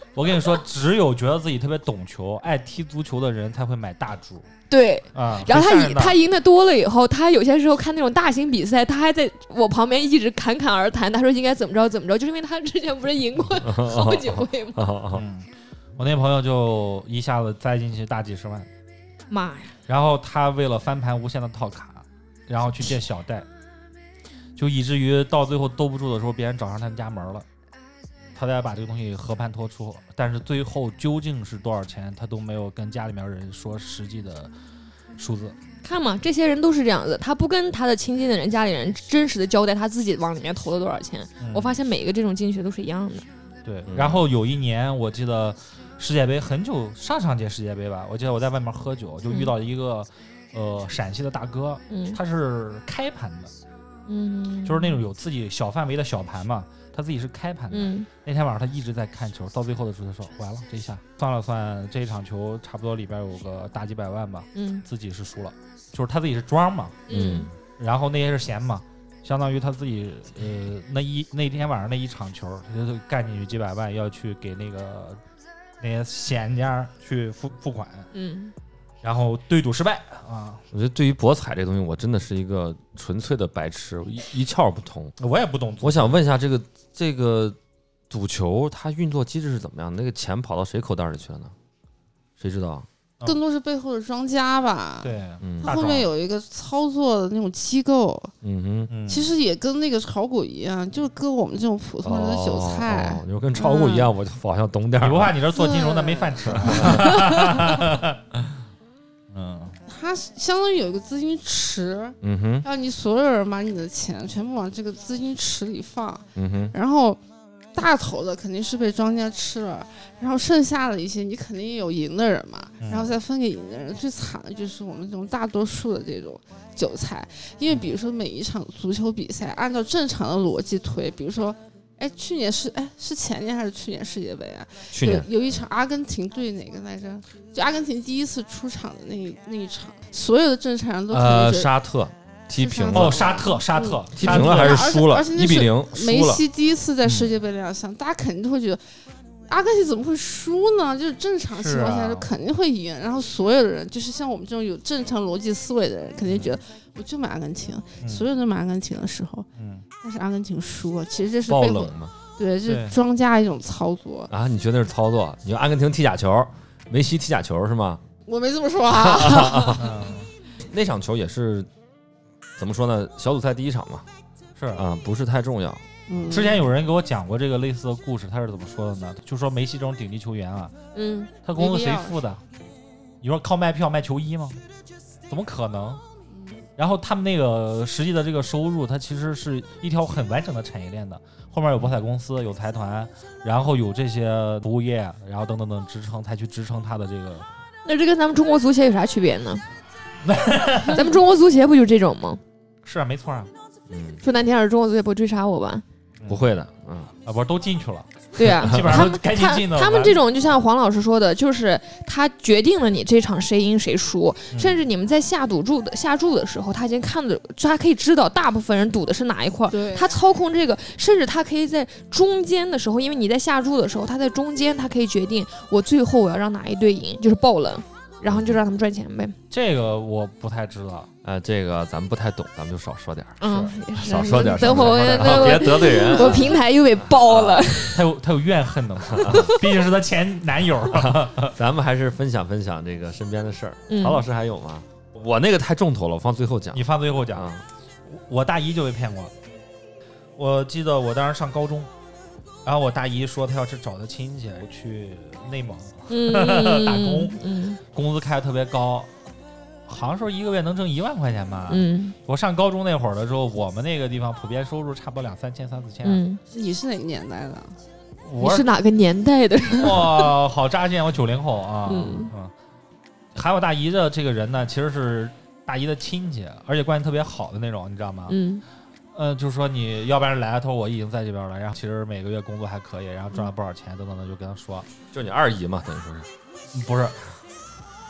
我跟你说，只有觉得自己特别懂球、爱踢足球的人才会买大注对， 啊。 然后他会吓人的他赢的多了以后，他有些时候看那种大型比赛，他还在我旁边一直侃侃而谈，他说应该怎么着怎么着，就是因为他之前不是赢过好几回吗？ 嗯，我那朋友就一下子栽进去大几十万， 妈呀！ 然后他为了翻盘无限的套卡，然后去借小贷，就以至于到最后兜不住的时候，别人找上他们家门了。他得把这个东西和盘托出，但是最后究竟是多少钱，他都没有跟家里面人说实际的数字。 看嘛，这些人都是这样子，他不跟他的亲近的人、家里人真实的交代他自己往里面投了多少钱。 嗯、 我发现每一个这种进去都是一样的。 对，然后有一年我记得世界杯很久，上上届世界杯吧，我记得我在外面喝酒，就遇到一个、嗯、呃陕西的大哥， 嗯， 他是开盘的， 嗯， 就是那种有自己小范围的小盘嘛。他自己是开盘的、 嗯， 那天晚上他一直在看球，到最后的时候他说完了，这一下算了算，这一场球差不多里边有个大几百万吧， 嗯， 自己是输了，就是他自己是庄嘛， 嗯， 然后那些是闲嘛，相当于他自己呃那一那天晚上那一场球，他就干进去几百万，要去给那个那些闲家去付付款， 嗯。 然后对赌失败啊！ 我觉得对于博彩这东西，我真的是一个纯粹的白痴，一一窍不通。 我也不懂。 我想问一下，这个这个赌球它运作机制是怎么样？那个钱跑到谁口袋里去了呢？谁知道？ 更多是背后的庄家吧。 对， 嗯， 它后面有一个操作的那种机构。 嗯哼， 其实也跟那个炒股一样，就是跟我们这种普通人的韭菜。 哦，你说跟炒股一样，嗯、我就好像懂点。 你不怕你这做金融的没饭吃？ 嗯，它相当于有一个资金池， 嗯哼， 让你所有人把你的钱全部往这个资金池里放， 嗯哼， 然后大头的肯定是被庄家吃了，然后剩下的一些你肯定有赢的人嘛， 嗯、 然后再分给赢的人。最惨的就是我们这种大多数的这种韭菜，因为比如说每一场足球比赛，按照正常的逻辑推，比如说。哎，去年是哎是前年还是去年世界杯啊？ 去年有, 有一场阿根廷对哪个来着？就阿根廷第一次出场的那那一场，所有的正常人都呃沙特踢平了哦，沙特沙特、 嗯、踢平了还是输了？一比零， 梅西第一次在世界杯亮相，嗯、大家肯定都会觉得阿根廷怎么会输呢？就是正常情况下就肯定会赢，啊、然后所有的人就是像我们这种有正常逻辑思维的人，肯定觉得我就买阿根廷， 嗯、 所有人都买阿根廷的时候， 嗯。 但是阿根廷输了，其实这是爆冷嘛？ 对，这是庄家一种操作啊！你觉得是操作？你说阿根廷踢假球，梅西踢假球是吗？ 我没这么说啊。 那场球也是怎么说呢？小组赛第一场嘛， 是啊，不是太重要。 嗯、之前有人给我讲过这个类似的故事，他是怎么说的呢？就说梅西这种顶级球员啊， 嗯， 他工资谁付的？你说靠卖票卖球衣吗？怎么可能？然后他们那个实际的这个收入，它其实是一条很完整的产业链的，后面有博彩公司，有财团，然后有这些服务业，然后等等等支撑，才去支撑它的这个。 那这跟咱们中国足协有啥区别呢？咱们中国足协不就这种吗？ 是啊，没错啊。 嗯， 说难听点，中国足协不会追杀我吧？ 不会的，嗯啊，不是都进去了。 对啊， 基本上都赶紧进的。 他们这种就像黄老师说的，就是他决定了你这场谁赢谁输， 嗯、 甚至你们在下赌注的下注的时候，他已经看着，他可以知道大部分人赌的是哪一块，他操控这个，甚至他可以在中间的时候，因为你在下注的时候，他在中间，他可以决定我最后我要让哪一队赢，就是爆冷，然后就让他们赚钱呗。 这个我不太知道。 呃，这个咱们不太懂，咱们就少说点儿， 嗯， 少说点儿， 等会儿我别得罪人， 我平台又被爆了。 他有他有怨恨的嘛，毕竟是他前男友。 咱们还是分享分享这个身边的事儿。 嗯、 曹老师还有吗？我那个太重头了，我放最后讲。 你放最后讲。 啊、 我大姨就被骗过。我记得我当时上高中，然后我大姨说她要去找她亲戚去内蒙、 嗯、 打工， 嗯、 工资开的特别高。好像说一个月能挣一万块钱吧。 嗯， 我上高中那会儿的时候，我们那个地方普遍收入差不多两三千、三四千。 嗯， 你是哪个年代的？ 你是哪个年代的？ 哇，好扎劲！我九零后啊。 嗯嗯。还有大姨的这个人呢，其实是大姨的亲戚，而且关系特别好的那种，你知道吗？ 嗯。 呃，就是说你要不然来了，他说我已经在这边了，然后其实每个月工作还可以，然后赚了不少钱，等等的，就跟他说， 就你二姨嘛，等于说是， 不是。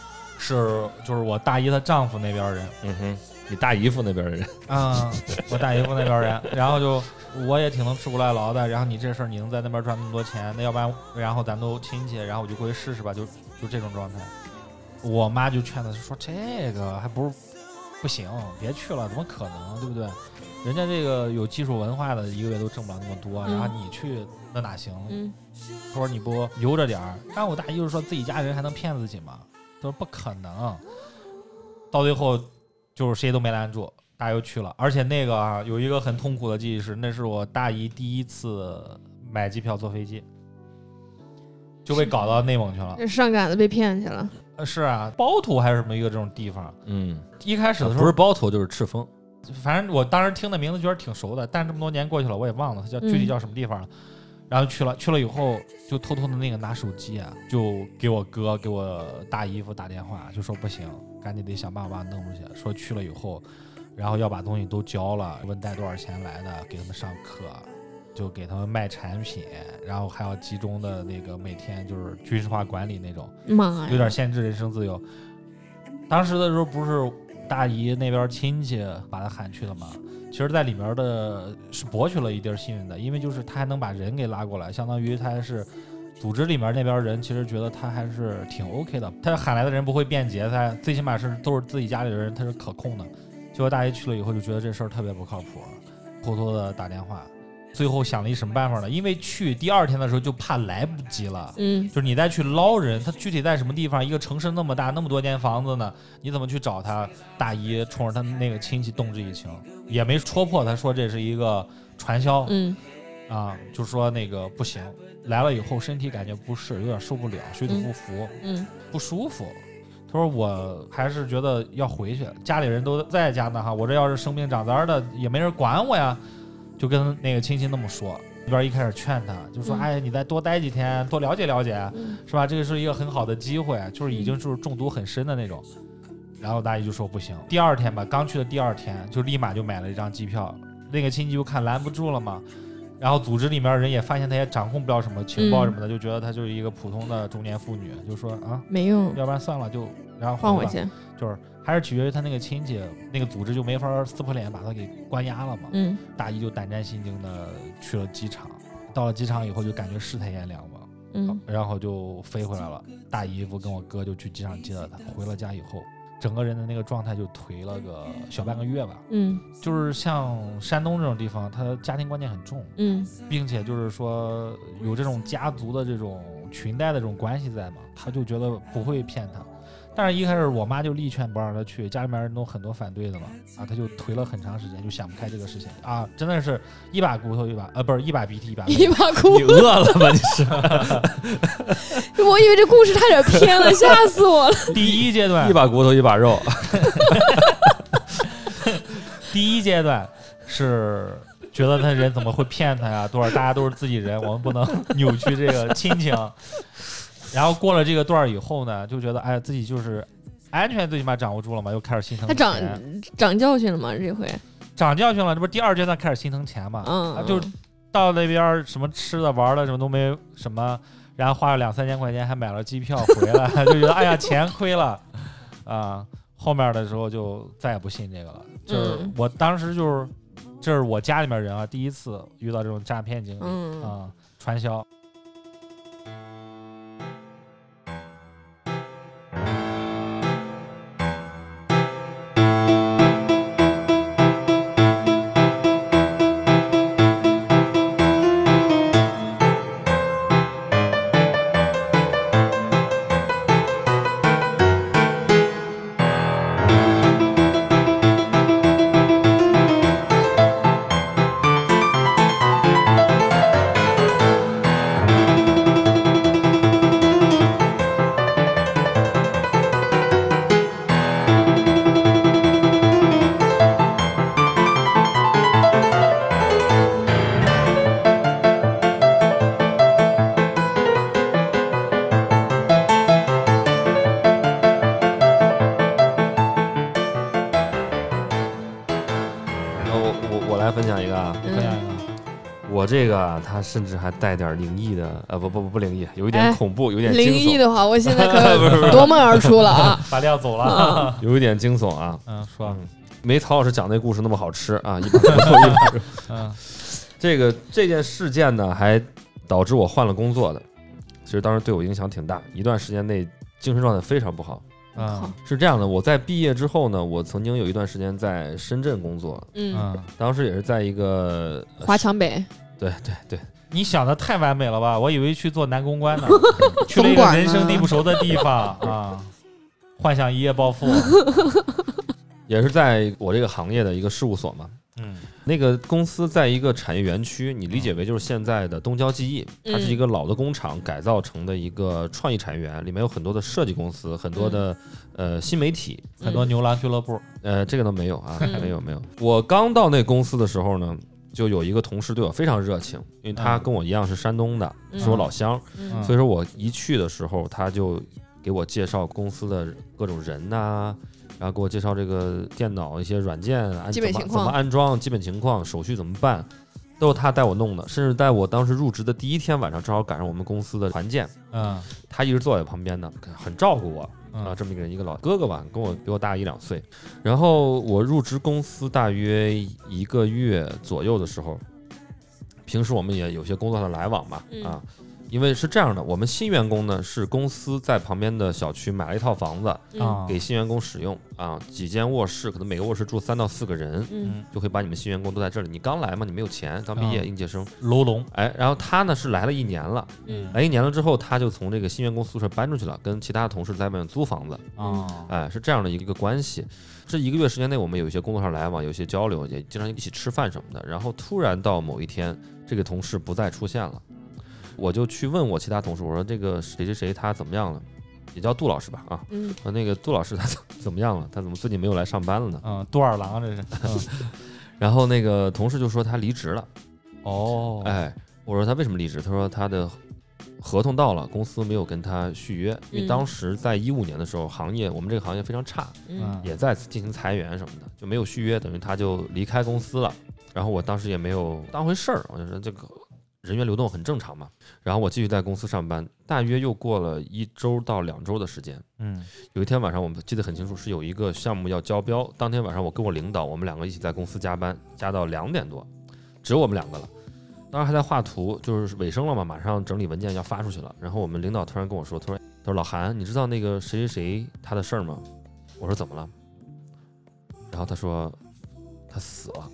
是就是我大姨她丈夫那边人， 嗯哼，你大姨夫那边的人啊、嗯，我大姨夫那边人，然后就我也挺能吃苦耐劳的，然后你这事儿你能在那边赚那么多钱，那要不然然后咱都亲戚，然后我就过去试试吧，就就这种状态。我妈就劝他说这个还不是不行，别去了，怎么可能，对不对？人家这个有技术文化的，一个月都挣不了那么多， 嗯、 然后你去那哪行？ 嗯， 他说你不悠着点儿，但我大姨就是说自己家人还能骗自己吗？他说不可能，到最后就是谁都没拦住，大家又去了。而且那个啊，有一个很痛苦的记忆是，那是我大姨第一次买机票坐飞机，就被搞到内蒙去了。 这上杆子被骗去了。 呃，是啊，包头还是什么一个这种地方。 嗯， 一开始的时候不是包头就是赤峰， 反正我当时听的名字觉得挺熟的，但这么多年过去了，我也忘了它叫具体叫什么地方了。嗯，然后去了，去了以后就偷偷的那个拿手机啊，就给我哥给我大姨夫打电话，就说不行，赶紧得想办法把他弄出去。说去了以后，然后要把东西都交了，问带多少钱来的，给他们上课，就给他们卖产品，然后还要集中的那个每天就是军事化管理那种， 妈呀， 有点限制人身自由。当时的时候不是大姨那边亲戚把他喊去了吗？其实在里面的是博取了一点幸运的，因为就是他还能把人给拉过来，相当于他还是组织里面那边人其实觉得他还是挺 OK 的，他喊来的人不会变节，他最起码是都是自己家里的人，他是可控的。结果大姨去了以后就觉得这事儿特别不靠谱，偷偷的打电话，最后想了一什么办法呢？因为去第二天的时候就怕来不及了， 嗯， 就是你再去捞人，他具体在什么地方？一个城市那么大，那么多间房子呢，你怎么去找他？大姨冲着他那个亲戚动之以情，也没戳破他说这是一个传销， 嗯， 啊，就说那个不行，来了以后身体感觉不适，有点受不了，水土不服， 嗯， 不舒服。他说我还是觉得要回去，家里人都在家呢哈，我这要是生病长灾的也没人管我呀，就跟那个亲戚那么说。这边一开始劝他，就说：“哎，你再多待几天，多了解了解， 嗯、 是吧？这个是一个很好的机会，就是已经就是中毒很深的那种。”然后大姨就说不行。第二天吧，刚去的第二天，就立马就买了一张机票。那个亲戚就看拦不住了嘛，然后组织里面人也发现他也掌控不了什么情报什么的，嗯、就觉得他就是一个普通的中年妇女，就说啊没用， 要不然算了，就然后换回去， 就是还是取决于他那个亲戚，那个组织就没法撕破脸把他给关押了嘛。 嗯， 大姨就胆战心惊的去了机场，到了机场以后就感觉世态炎凉嘛， 嗯， 然后就飞回来了。大姨夫跟我哥就去机场接了他，回了家以后，整个人的那个状态就颓了个小半个月吧。 嗯， 就是像山东这种地方，他家庭观念很重， 嗯， 并且就是说有这种家族的这种裙带的这种关系在嘛，他就觉得不会骗他。但是一开始我妈就力劝不让他去，家里面人都很多反对的嘛，啊，他就颓了很长时间，就想不开这个事情啊，真的是一把骨头一把呃不是一把鼻涕一把一把哭， 你饿了吧？你是？ 我以为这故事差点偏了，吓死我了。 第一阶段一把骨头一把肉。 第一阶段是觉得他人怎么会骗他呀？多少大家都是自己人，我们不能扭曲这个亲情。然后过了这个段以后呢，就觉得哎，自己就是安全最起码掌握住了嘛，又开始心疼钱。 他长长教训了吗？这回长教训了，这不是第二阶段开始心疼钱嘛？ 嗯， 啊、就到那边什么吃的玩的什么都没什么，然后花了两三千块钱还买了机票回来，就觉得哎呀钱亏了啊。后面的时候就再也不信这个了，就是我当时就是这是我家里面人啊第一次遇到这种诈骗经历， 嗯啊，传销。 这个啊，它甚至还带点灵异的，呃，不不不不灵异，有一点哎恐怖，有一点惊灵异悚， 的话，我现在可夺门而出了啊！ 把料走了。 有一点惊悚啊。 嗯，说， 没曹老师讲那故事那么好吃啊，一把不错一把肉。 嗯这个这件事件呢，还导致我换了工作的，其实当时对我影响挺大，一段时间内精神状态非常不好。 嗯是这样的，我在毕业之后呢，我曾经有一段时间在深圳工作， 嗯， 嗯， 当时也是在一个，呃华强北， 对对对， 你想的太完美了吧？我以为去做男公关呢，去了一个总管呢人生地不熟的地方啊，幻想一夜暴富。 也是在我这个行业的一个事务所嘛。 嗯那个公司在一个产业园区，你理解为就是现在的东郊记忆，它是一个老的工厂改造成的一个创意产业园，里面有很多的设计公司，很多的呃新媒体， 很多牛郎俱乐部。 呃这个都没有啊， 嗯没有没有。我刚到那公司的时候呢，就有一个同事对我非常热情，因为他嗯跟我一样是山东的， 嗯是我老乡， 嗯所以说我一去的时候，他就给我介绍公司的各种人呐、然后给我介绍这个电脑一些软件安基本情况怎么怎么安装，基本情况，手续怎么办，都是他带我弄的。甚至在我当时入职的第一天晚上，正好赶上我们公司的团建， 嗯他一直坐在旁边呢，很照顾我。啊， 嗯这么一个人，一个老哥哥吧，跟我比我大一两岁。然后我入职公司大约一个月左右的时候，平时我们也有些工作上的来往嘛， 嗯啊，因为是这样的，我们新员工呢是公司在旁边的小区买了一套房子嗯啊， 给新员工使用啊，几间卧室，可能每个卧室住三到四个人， 嗯就会把你们新员工都在这里。你刚来嘛，你没有钱，刚毕业啊应届生， 楼龙。 哎，然后他呢是来了一年了， 嗯来一年了之后，他就从这个新员工宿舍搬出去了，跟其他的同事在外面租房子。 啊， 哎，是这样的一个关系。这一个月时间内，我们有一些工作上来往，有一些交流，也经常一起吃饭什么的。然后突然到某一天，这个同事不再出现了，我就去问我其他同事，我说这个谁谁谁他怎么样了？也叫杜老师吧，啊， 嗯说那个杜老师他怎么样了？他怎么最近没有来上班了呢？ 嗯，杜二郎这是。 然后那个同事就说他离职了。 哦， 哎，我说他为什么离职？他说他的合同到了，公司没有跟他续约，因为嗯当时在一五年的时候，行业我们这个行业非常差， 嗯也在进行裁员什么的，就没有续约，等于他就离开公司了。然后我当时也没有当回事儿，我就说这个人员流动很正常嘛。然后我继续在公司上班，大约又过了一周到两周的时间。 嗯有一天晚上，我们记得很清楚，是有一个项目要交标。当天晚上，我跟我领导，我们两个一起在公司加班，加到两点多，只有我们两个了。当时还在画图，就是尾声了嘛，马上整理文件要发出去了。然后我们领导突然跟我说：“他说，他说老韩，你知道那个谁谁谁他的事儿吗？”我说：“怎么了？”然后他说：“他死了。”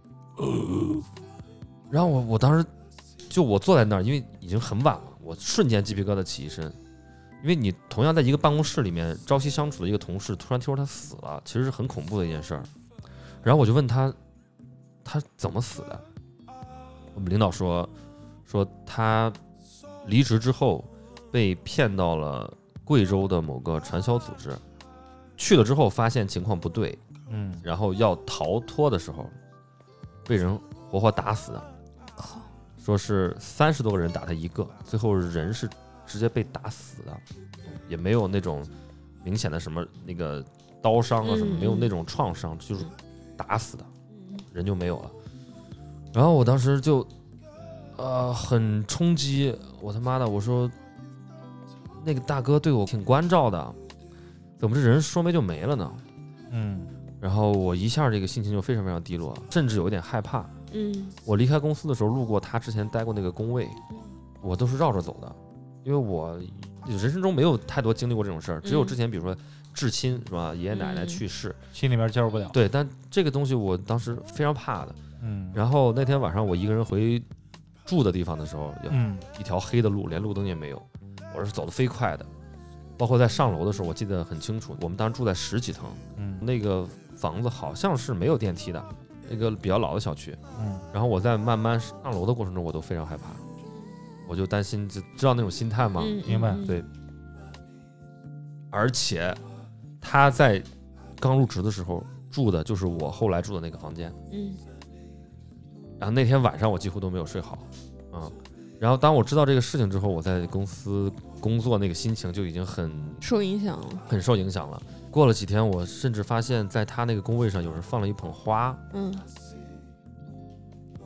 然后我我当时就我坐在那儿，因为已经很晚了，我瞬间鸡皮疙瘩起一身。因为你同样在一个办公室里面朝夕相处的一个同事，突然听说他死了，其实是很恐怖的一件事儿。然后我就问他，他怎么死的？我们领导说，说他离职之后被骗到了贵州的某个传销组织，去了之后发现情况不对， 嗯， 然后要逃脱的时候被人活活打死的。 靠， 说是三十多个人打他一个，最后人是直接被打死的，也没有那种明显的什么那个刀伤啊什么， 嗯没有那种创伤，就是打死的，人就没有了。然后我当时就呃很冲击，我他妈的，我说那个大哥对我挺关照的，怎么这人说没就没了呢？ 嗯然后我一下这个心情就非常非常低落，甚至有一点害怕。 嗯我离开公司的时候路过他之前待过那个工位，我都是绕着走的，因为我人生中没有太多经历过这种事儿，只有之前比如说至亲是吧，爷爷奶奶去世， 心里面接受不了。 对，但这个东西我当时非常怕的。 嗯， 然后那天晚上我一个人回住的地方的时候，有嗯一条黑的路，连路灯也没有，我是走得飞快的。包括在上楼的时候，我记得很清楚，我们当时住在十几层， 嗯那个房子好像是没有电梯的，那个比较老的小区。 嗯然后我在慢慢上楼的过程中，我都非常害怕，我就担心，就知道那种心态吗？ 嗯明白嗯对。而且他在刚入职的时候住的就是我后来住的那个房间， 嗯然后那天晚上我几乎都没有睡好，啊、然后当我知道这个事情之后，我在公司工作那个心情就已经很受影响了。 很受影响了。过了几天，我甚至发现在他那个工位上有人放了一捧花， 嗯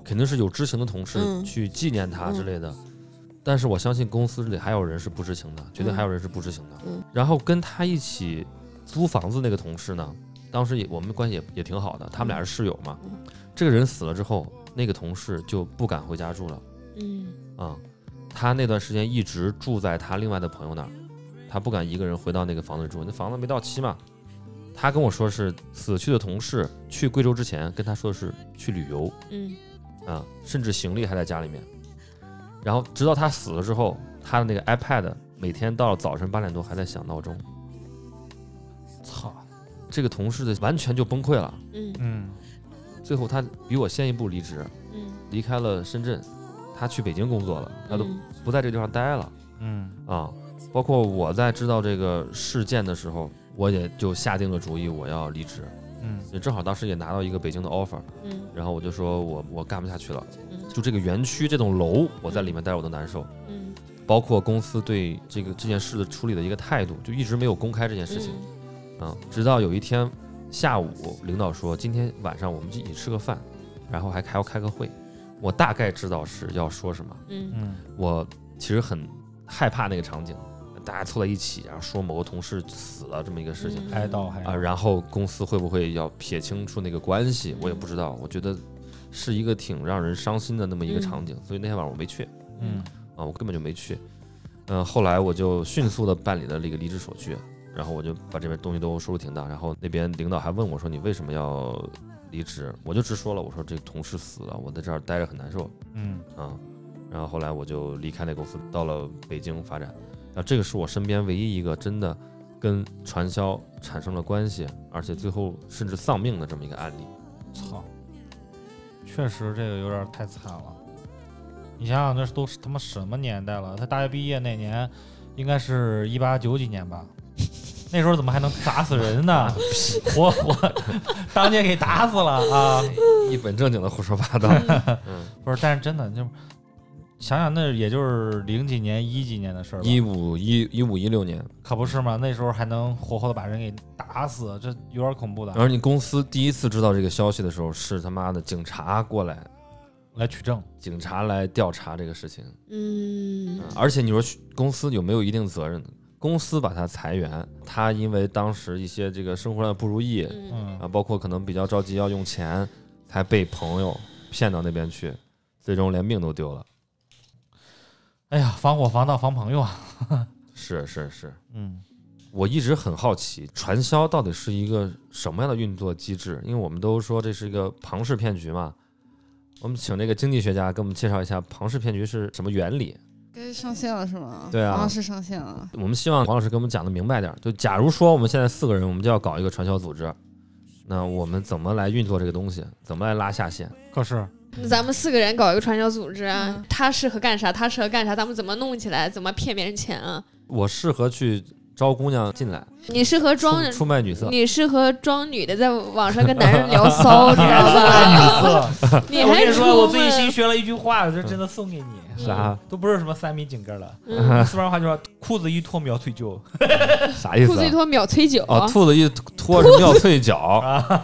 肯定是有知情的同事嗯去纪念他之类的。嗯、但是我相信公司里还有人是不知情的，绝对还有人是不知情的。 嗯、 然后跟他一起租房子那个同事呢，当时也我们关系也也挺好的，他们俩是室友嘛。嗯、这个人死了之后，那个同事就不敢回家住了。 嗯啊、嗯，他那段时间一直住在他另外的朋友那儿，他不敢一个人回到那个房子住，那房子没到期嘛。他跟我说是死去的同事去贵州之前跟他说的是去旅游， 嗯， 啊，甚至行李还在家里面。然后直到他死了之后，他的那个 iPad 每天到了早晨八点多还在响闹钟。 操， 这个同事的完全就崩溃了。 嗯嗯， 最后他比我先一步离职， 嗯， 离开了深圳，他去北京工作了，他都不在这个地方待了。 嗯啊，包括我在知道这个事件的时候，我也就下定了主意我要离职。 嗯， 也正好当时也拿到一个北京的 offer。 嗯， 然后我就说我我干不下去了。 嗯， 就这个园区这栋楼，我在里面待我都难受。 嗯， 包括公司对这个这件事的处理的一个态度，就一直没有公开这件事情。嗯，啊，直到有一天下午，领导说今天晚上我们就一起吃个饭，然后还还要开个会。我大概知道是要说什么。 嗯嗯， 我其实很害怕那个场景，大家凑在一起，然后说某个同事死了这么一个事情， 哀悼还啊，然后公司会不会要撇清楚那个关系，我也不知道。我觉得是一个挺让人伤心的那么一个场景，所以那天晚上我没去。 嗯， 啊，我根本就没去。嗯、呃，后来我就迅速的办理了这个离职手续，然后我就把这边东西都收拾停当。然后那边领导还问我说：“你为什么要离职？”我就直说了，我说这个同事死了，我在这儿待着很难受。 嗯啊，然后后来我就离开那公司，到了北京发展。啊，这个是我身边唯一一个真的跟传销产生了关系，而且最后甚至丧命的这么一个案例。 操，确实这个有点太惨了。你想想，这都是他妈什么年代了？他大学毕业那年，应该是一八九几年吧？那时候怎么还能砸死人呢？活活当街给打死了啊！ 一本正经的胡说八道。嗯， 不是，但是真的就。想想那也就是零几年一几年的事儿， 一五一一五一六年， 可不是吗？那时候还能活活的把人给打死，这有点恐怖的。 而你公司第一次知道这个消息的时候，是他妈的警察过来来取证， 警察来调查这个事情。 嗯， 嗯而且你说公司有没有一定责任？公司把他裁员，他因为当时一些这个生活上的不如意， 嗯啊，包括可能比较着急要用钱，才被朋友骗到那边去，最终连命都丢了。 哎呀，防火防盗防朋友啊！ 是是是， 嗯， 我一直很好奇，传销到底是一个什么样的运作机制？因为我们都说这是一个庞氏骗局嘛。我们请这个经济学家给我们介绍一下庞氏骗局是什么原理。 该上线了是吗？ 对啊， 黄老师上线了。 我们希望黄老师给我们讲的明白点。就假如说我们现在四个人，我们就要搞一个传销组织，那我们怎么来运作这个东西？怎么来拉下线？ 可是。 咱们四个人搞一个传销组织啊， 嗯、 他适合干啥？他适合干啥？咱们怎么弄起来？怎么骗别人钱啊？ 我适合去招姑娘进来， 你适合装出, 出卖女色， 你适合装女的，在网上跟男人聊骚，你知道吧？你还说，我最近新学了一句话，这真的送给你。 啥？ 都不是什么三米井盖了， 嗯、 四川话就说裤子一脱秒脆脚， 啥意思、啊？ 裤子一脱秒脆脚。 哦，兔子一脱是秒脆脚。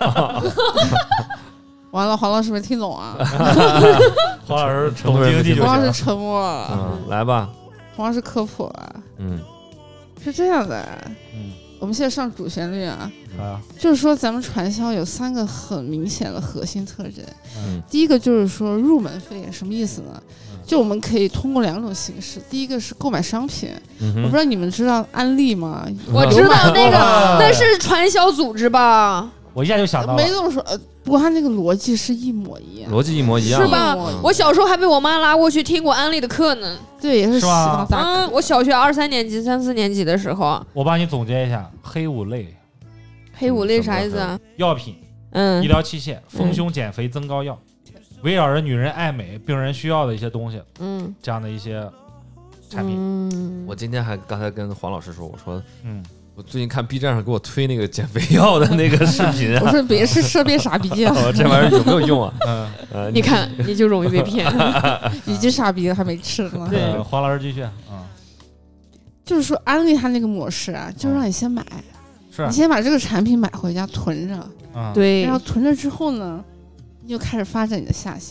完了，黄老师没听懂啊！ 黄老师懂经济就行。 黄老师沉默了。 嗯，来吧。 黄老师科普啊。 嗯， 是这样的。 嗯， 我们现在上主旋律啊。 啊。 就是说，咱们传销有三个很明显的核心特征。 嗯。 第一个就是说入门费，什么意思呢？就我们可以通过两种形式。第一个是购买商品。 嗯、 我不知道你们知道安利吗？ 我知道那个，那是传销组织吧？ 我一下就想到了， 没这么说，呃，不过他那个逻辑是一模一样， 逻辑一模一样， 是吧？我小时候还被我妈拉过去听过安利的课呢。 对，也是洗脑大课。 嗯，我小学二三年级、三四年级的时候， 我帮你总结一下，黑五类， 黑五类啥意思啊？ 药品， 嗯， 医疗器械、丰胸减肥增高药，围绕着女人爱美、病人需要的一些东西， 嗯， 这样的一些产品。 嗯， 我今天还刚才跟黄老师说，我说， 嗯。 我最近看 B 站上给我推那个减肥药的那个视频、啊， 我说别是设别傻逼啊！ 哦，这玩意儿有没有用啊？ 嗯， 呃， 你看你就容易被骗， 已经傻逼了还没吃呢。 对，呃、黄老师继续啊、嗯， 就是说安利他那个模式啊，就让你先买， 嗯、是你先把这个产品买回家囤着， 嗯， 对， 然后囤着之后呢，你就开始发展你的下线了。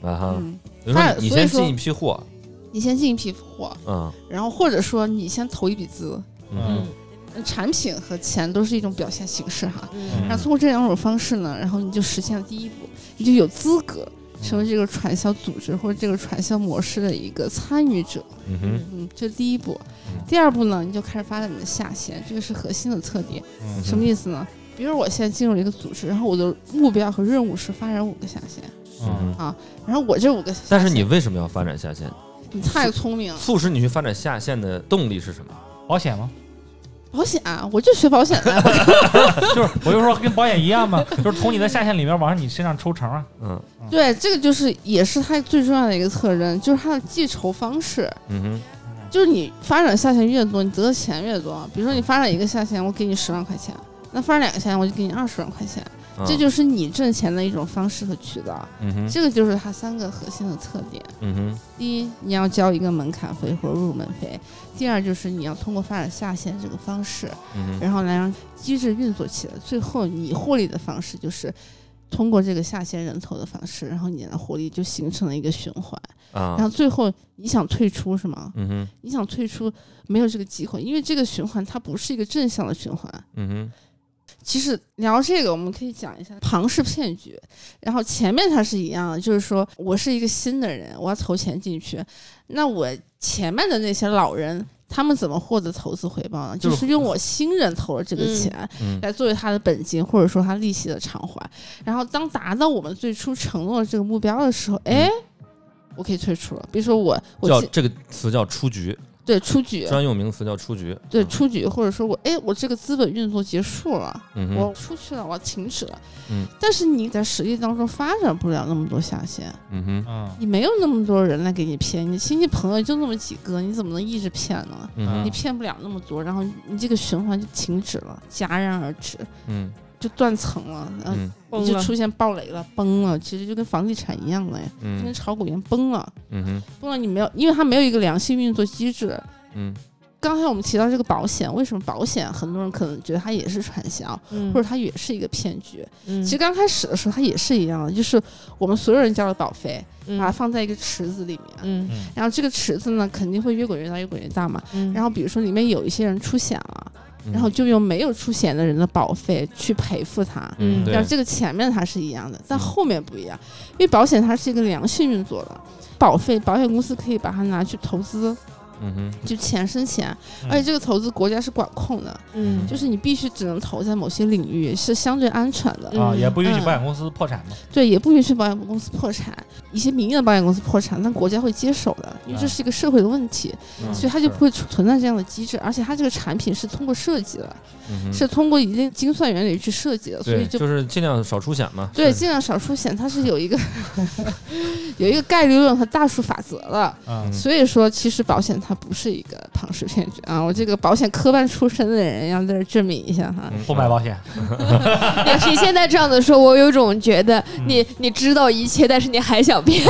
啊哈， 嗯， 比如说你先所以说进一批货， 你先进一批货， 嗯然后或者说你先投一笔资， 嗯产品和钱都是一种表现形式哈。 嗯然后通过这两种方式呢，然后你就实现了第一步，你就有资格成为这个传销组织或者这个传销模式的一个参与者。 嗯哼嗯，这是第一步嗯。 第二步呢，你就开始发展你的下线，这个是核心的特点。 嗯什么意思呢？比如我现在进入了一个组织，然后我的目标和任务是发展五个下线嗯啊，然后我这五个下线， 但是你为什么要发展下线？ 你太聪明了， 促使你去发展下线的动力是什么？ 保险吗？ 保险啊，我就学保险的。 就是我就说跟保险一样嘛，就是从你的下线里面往你身上抽成啊。 嗯对，这个就是也是它最重要的一个特征，就是它的计酬方式。 嗯哼就是你发展下线越多，你得的钱越多。比如说你发展一个下线，我给你十万块钱，那发展两个下线，我就给你二十万块钱， 嗯这就是你挣钱的一种方式和渠道。 嗯哼这个就是它三个核心的特点。 嗯哼第一，你要交一个门槛费或者入门费；第二，就是你要通过发展下线这个方式， 嗯哼然后来让机制运作起来。最后，你获利的方式就是通过这个下线人头的方式，然后你的获利就形成了一个循环。 啊然后最后你想退出是吗？ 嗯哼你想退出没有这个机会，因为这个循环它不是一个正向的循环。 嗯哼其实聊这个，我们可以讲一下庞氏骗局。然后前面它是一样的，就是说我是一个新的人，我要投钱进去，那我前面的那些老人，他们怎么获得投资回报呢？ 就是就是用我新人投了这个钱， 嗯来作为他的本金，或者说他利息的偿还。然后当达到我们最初承诺的这个目标的时候，哎，我可以退出了。比如说我我进叫这个词叫出局， 对出局， 专用名词叫出局。 对出局，或者说我哎我这个资本运作结束了， 嗯哼我出去了，我要停止了。 嗯， 但是你在实际当中发展不了那么多下线， 嗯哼嗯你没有那么多人来给你骗，你亲戚朋友就那么几个，你怎么能一直骗呢？ 嗯哼你骗不了那么多，然后你这个循环就停止了，戛然而止， 嗯就断层了，然后嗯你就出现暴雷了，崩了。其实就跟房地产一样的呀，就跟嗯炒股一样，崩了， 嗯哼崩了。你没有，因为它没有一个良性运作机制。 嗯刚才我们提到这个保险，为什么保险很多人可能觉得它也是传销， 嗯或者它也是一个骗局？ 嗯其实刚开始的时候它也是一样的，就是我们所有人交了保费， 嗯把它放在一个池子里面， 嗯嗯然后这个池子呢肯定会越滚越大，越滚越大嘛。 嗯然后比如说里面有一些人出险了， 嗯然后就用没有出险的人的保费去赔付他。 嗯对然后这个前面它是一样的，但后面不一样，因为保险它是一个良性运作的，保费保险公司可以把它拿去投资， 嗯哼就钱生钱， 嗯而且这个投资国家是管控的， 嗯就是你必须只能投在某些领域是相对安全的， 啊， 嗯也不允许嗯保险公司破产嘛。 对，也不允许保险公司破产，一些民营的保险公司破产，但国家会接手的，因为这是一个社会的问题， 嗯所以它就不会存在这样的机制，而且它这个产品是通过设计的， 嗯哼是通过一定精算原理去设计的，所对， 以就就是尽量少出险嘛。 对，尽量少出险，它是有一个有一个概率论和大数法则的。 嗯所以说，其实保险它不是一个庞氏骗局啊！我这个保险科班出身的人要在这证明一下哈。 嗯不买保险， 你现在这样子说，我有种觉得嗯你你知道一切，但是你还想骗。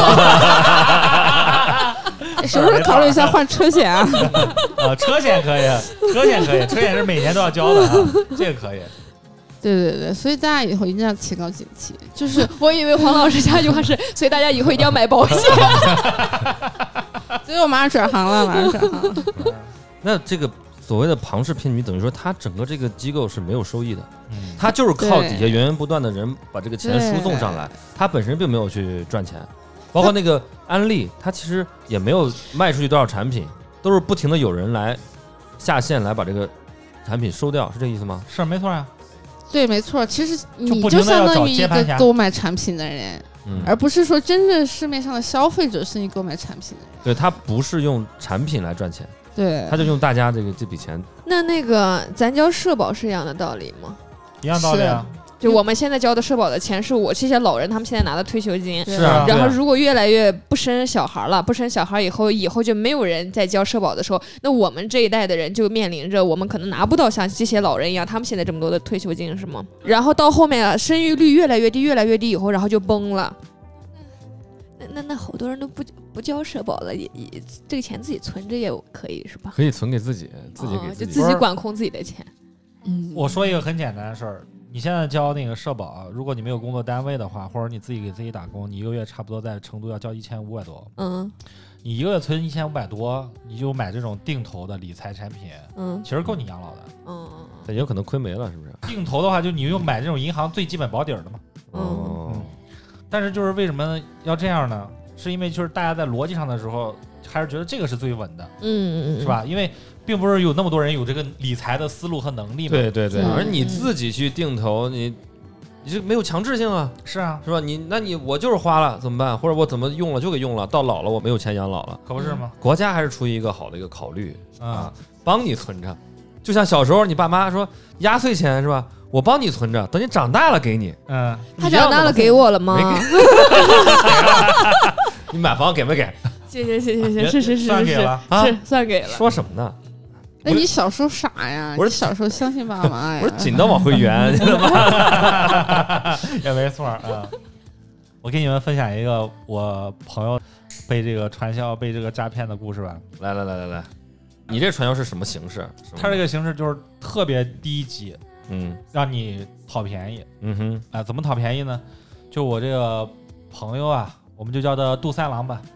什么时候考虑一下换车险啊？ 啊，车险可以，车险可以，车险是每年都要交的啊，这个可以。 对对对，所以大家以后一定要提高警惕。就是我以为黄老师下一句话是，所以大家以后一定要买保险。 所以我马上转行了，马上转行了。 那这个所谓的庞氏骗局，等于说它整个这个机构是没有收益的， 嗯它就是靠对底下源源不断的人把这个钱输送上来，它本身并没有去赚钱。包括那个安利，它其实也没有卖出去多少产品，都是不停的有人来下线来把这个产品收掉，是这意思吗？ 是没错呀。 对，没错，其实你不就停地要找相当于一接盘侠个购买产品的人， 嗯， 而不是说真正市面上的消费者是你购买产品的人。 对，它不是用产品来赚钱， 对， 它就用大家这个这笔钱。 那那个咱交社保是一样的道理吗？ 一样道理啊。 就我们现在交的社保的钱，是我这些老人他们现在拿的退休金。 对是啊， 然后， 对啊如果越来越不生小孩了，不生小孩以后，以后就没有人再交社保的时候，那我们这一代的人就面临着我们可能拿不到像这些老人一样，他们现在这么多的退休金，是吗？然后到后面啊，生育率越来越低，越来越低以后，然后就崩了。那那那好多人都不不交社保了，也也这个钱自己存着也可以是吧？ 可以存给自己，自己给哦就自己。 自己管控自己的钱。 嗯， 我说一个很简单的事儿， 你现在交那个社保，如果你没有工作单位的话，或者你自己给自己打工，你一个月差不多在成都要交一千五百多。 嗯， 你一个月存一千五百多，你就买这种定投的理财产品， 嗯， 其实够你养老的。 嗯但也有可能亏没了，是不是？ 定投的话，就你就买这种银行最基本保底儿的嘛。 哦， 但是就是为什么要这样呢？是因为就是大家在逻辑上的时候，还是觉得这个是最稳的， 嗯嗯， 是吧？因为并不是有那么多人有这个理财的思路和能力嘛。 对对对， 嗯而你自己去定投，你你这没有强制性啊， 是啊， 是吧？你那你我就是花了怎么办？或者我怎么用了就给用了，到老了我没有钱养老了， 可不是吗？ 国家还是出于一个好的一个考虑啊啊，帮你存着。就像小时候你爸妈说压岁钱是吧？我帮你存着，等你长大了给你。 嗯， 他长大了给我了吗？ 你买房给没给？ 谢谢谢谢谢谢，是是是是算给了啊是算给了。 说什么呢？ 那你小时候傻呀？ 我是你小时候相信爸妈呀？ 我说紧的往回圆，你知道吗？ 也没错啊。我给你们分享一个我朋友被这个传销、被这个诈骗的故事吧。 来来来来来，你这传销是什么形式？ 他这个形式就是特别低级， 嗯让你讨便宜。 嗯哼， 啊，怎么讨便宜呢？就我这个朋友啊，我们就叫他杜三郎吧。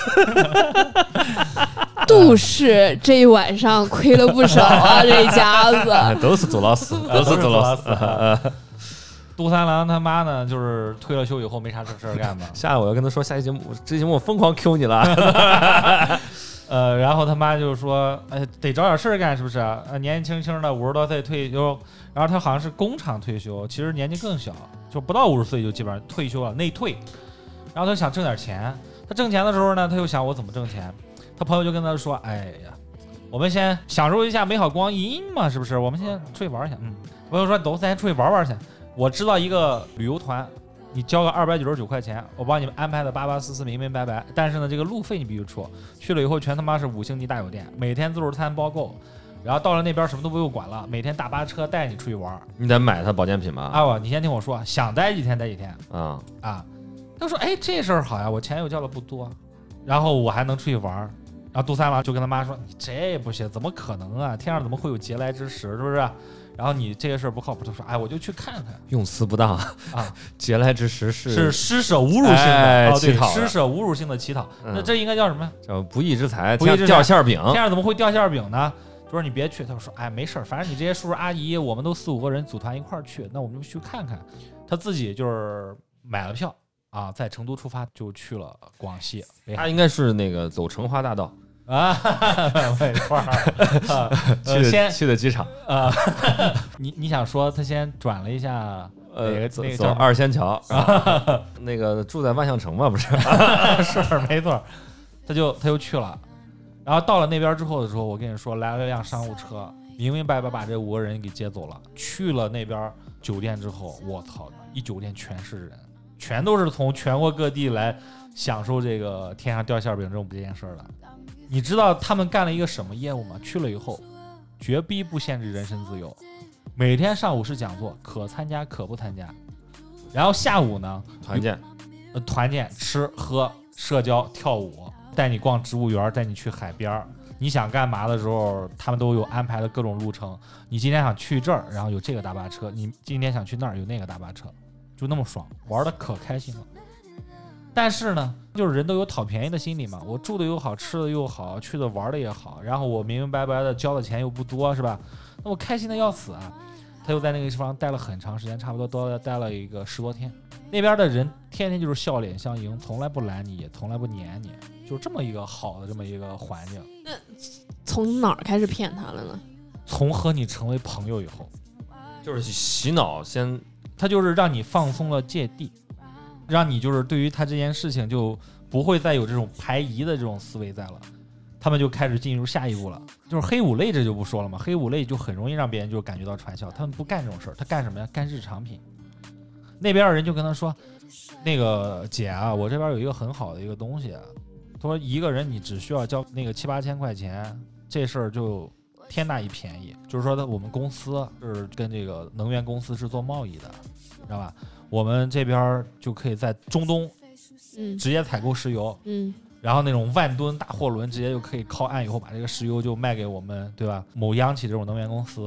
杜氏这一晚上亏了不少啊，这一家子。 都是祖老师，都是祖老师。 杜三郎他妈呢，就是退了休以后没啥正事儿干嘛。 下来我要跟他说，下期节目这期节目我疯狂 Q 你了。 呃，然后他妈就说，哎，得找点事儿干，是不是啊？呃年轻轻的五十多岁退休，然后他好像是工厂退休，其实年纪更小，就不到五十岁就基本上退休了，内退。然后他想挣点钱，他挣钱的时候呢，他又想我怎么挣钱。他朋友就跟他说，哎呀，我们先享受一下美好光阴嘛，是不是？我们先出去玩去。嗯，朋友说，走，咱出去玩玩去。我知道一个旅游团，你交个二百九十九块钱，我帮你们安排的巴巴适适、明明白白。但是呢，这个路费你必须出。去了以后，全他妈是五星级大酒店，每天自助餐包够。然后到了那边什么都不用管了，每天大巴车带你出去玩。 你得买他保健品吗？ 啊，我你先听我说，想待几天待几天啊啊。他说，哎，这事儿好呀，我钱又交的不多，然后我还能出去玩。然后杜三郎就跟他妈说，你这不行，怎么可能啊？天上怎么会有劫来之时，是不是？然后你这个事儿不靠谱，他说，哎，我就去看看。 用词不当啊， 劫来之时是是施舍侮辱性的， 哎哦，对， 乞讨的施舍侮辱性的乞讨。 嗯那这应该叫什么？ 叫不义之财， 不义之财掉馅饼。 天上怎么会掉馅饼呢？就说你别去，他说，哎，没事儿，反正你这些叔叔阿姨，我们都四五个人组团一块儿去，那我们就去看看。他自己就是买了票啊，在成都出发就去了广西。 他应该是那个走成华大道啊，没错儿，啊去的先去的机场啊。你你想说他先转了一下呃， 哪个走那个叫什么走二仙桥啊，那个住在万象城嘛，不是？ 是没错，他就他就去了，然后到了那边之后的时候，我跟你说来了辆商务车，明明白白把这五个人给接走了。去了那边酒店之后，我操，一酒店全是人，全都是从全国各地来享受这个天上掉馅饼这种这件事儿的。你知道他们干了一个什么业务吗？去了以后，绝逼不限制人身自由，每天上午是讲座，可参加可不参加。然后下午呢， 团建， 呃，团建、吃喝、社交、跳舞，带你逛植物园，带你去海边。你想干嘛的时候，他们都有安排的各种路程。你今天想去这儿，然后有这个大巴车；你今天想去那儿，有那个大巴车，就那么爽，玩的可开心了。但是呢，就是人都有讨便宜的心理嘛。我住的又好，吃的又好，去的玩的也好，然后我明明白白的交的钱又不多，是吧？那我开心的要死啊！他又在那个地方待了很长时间，差不多都待了一个十多天。那边的人天天就是笑脸相迎，从来不拦你，也从来不撵你，就这么一个好的这么一个环境。 那从哪儿开始骗他了呢？ 从和你成为朋友以后， 就是洗脑先， 他就是让你放松了芥蒂，让你就是对于他这件事情就不会再有这种排疑的这种思维在了。他们就开始进入下一步了，就是黑五类这就不说了嘛，黑五类就很容易让别人就感觉到传销，他们不干这种事儿，他干什么呀？干日常品。那边的人就跟他说，那个姐啊，我这边有一个很好的一个东西，他说一个人你只需要交那个七八千块钱，这事儿就天大一便宜。就是说我们公司是跟这个能源公司是做贸易的，知道吧？我们这边就可以在中东嗯直接采购石油， 嗯然后那种万吨大货轮直接就可以靠岸以后把这个石油就卖给我们，对吧？某央企这种能源公司，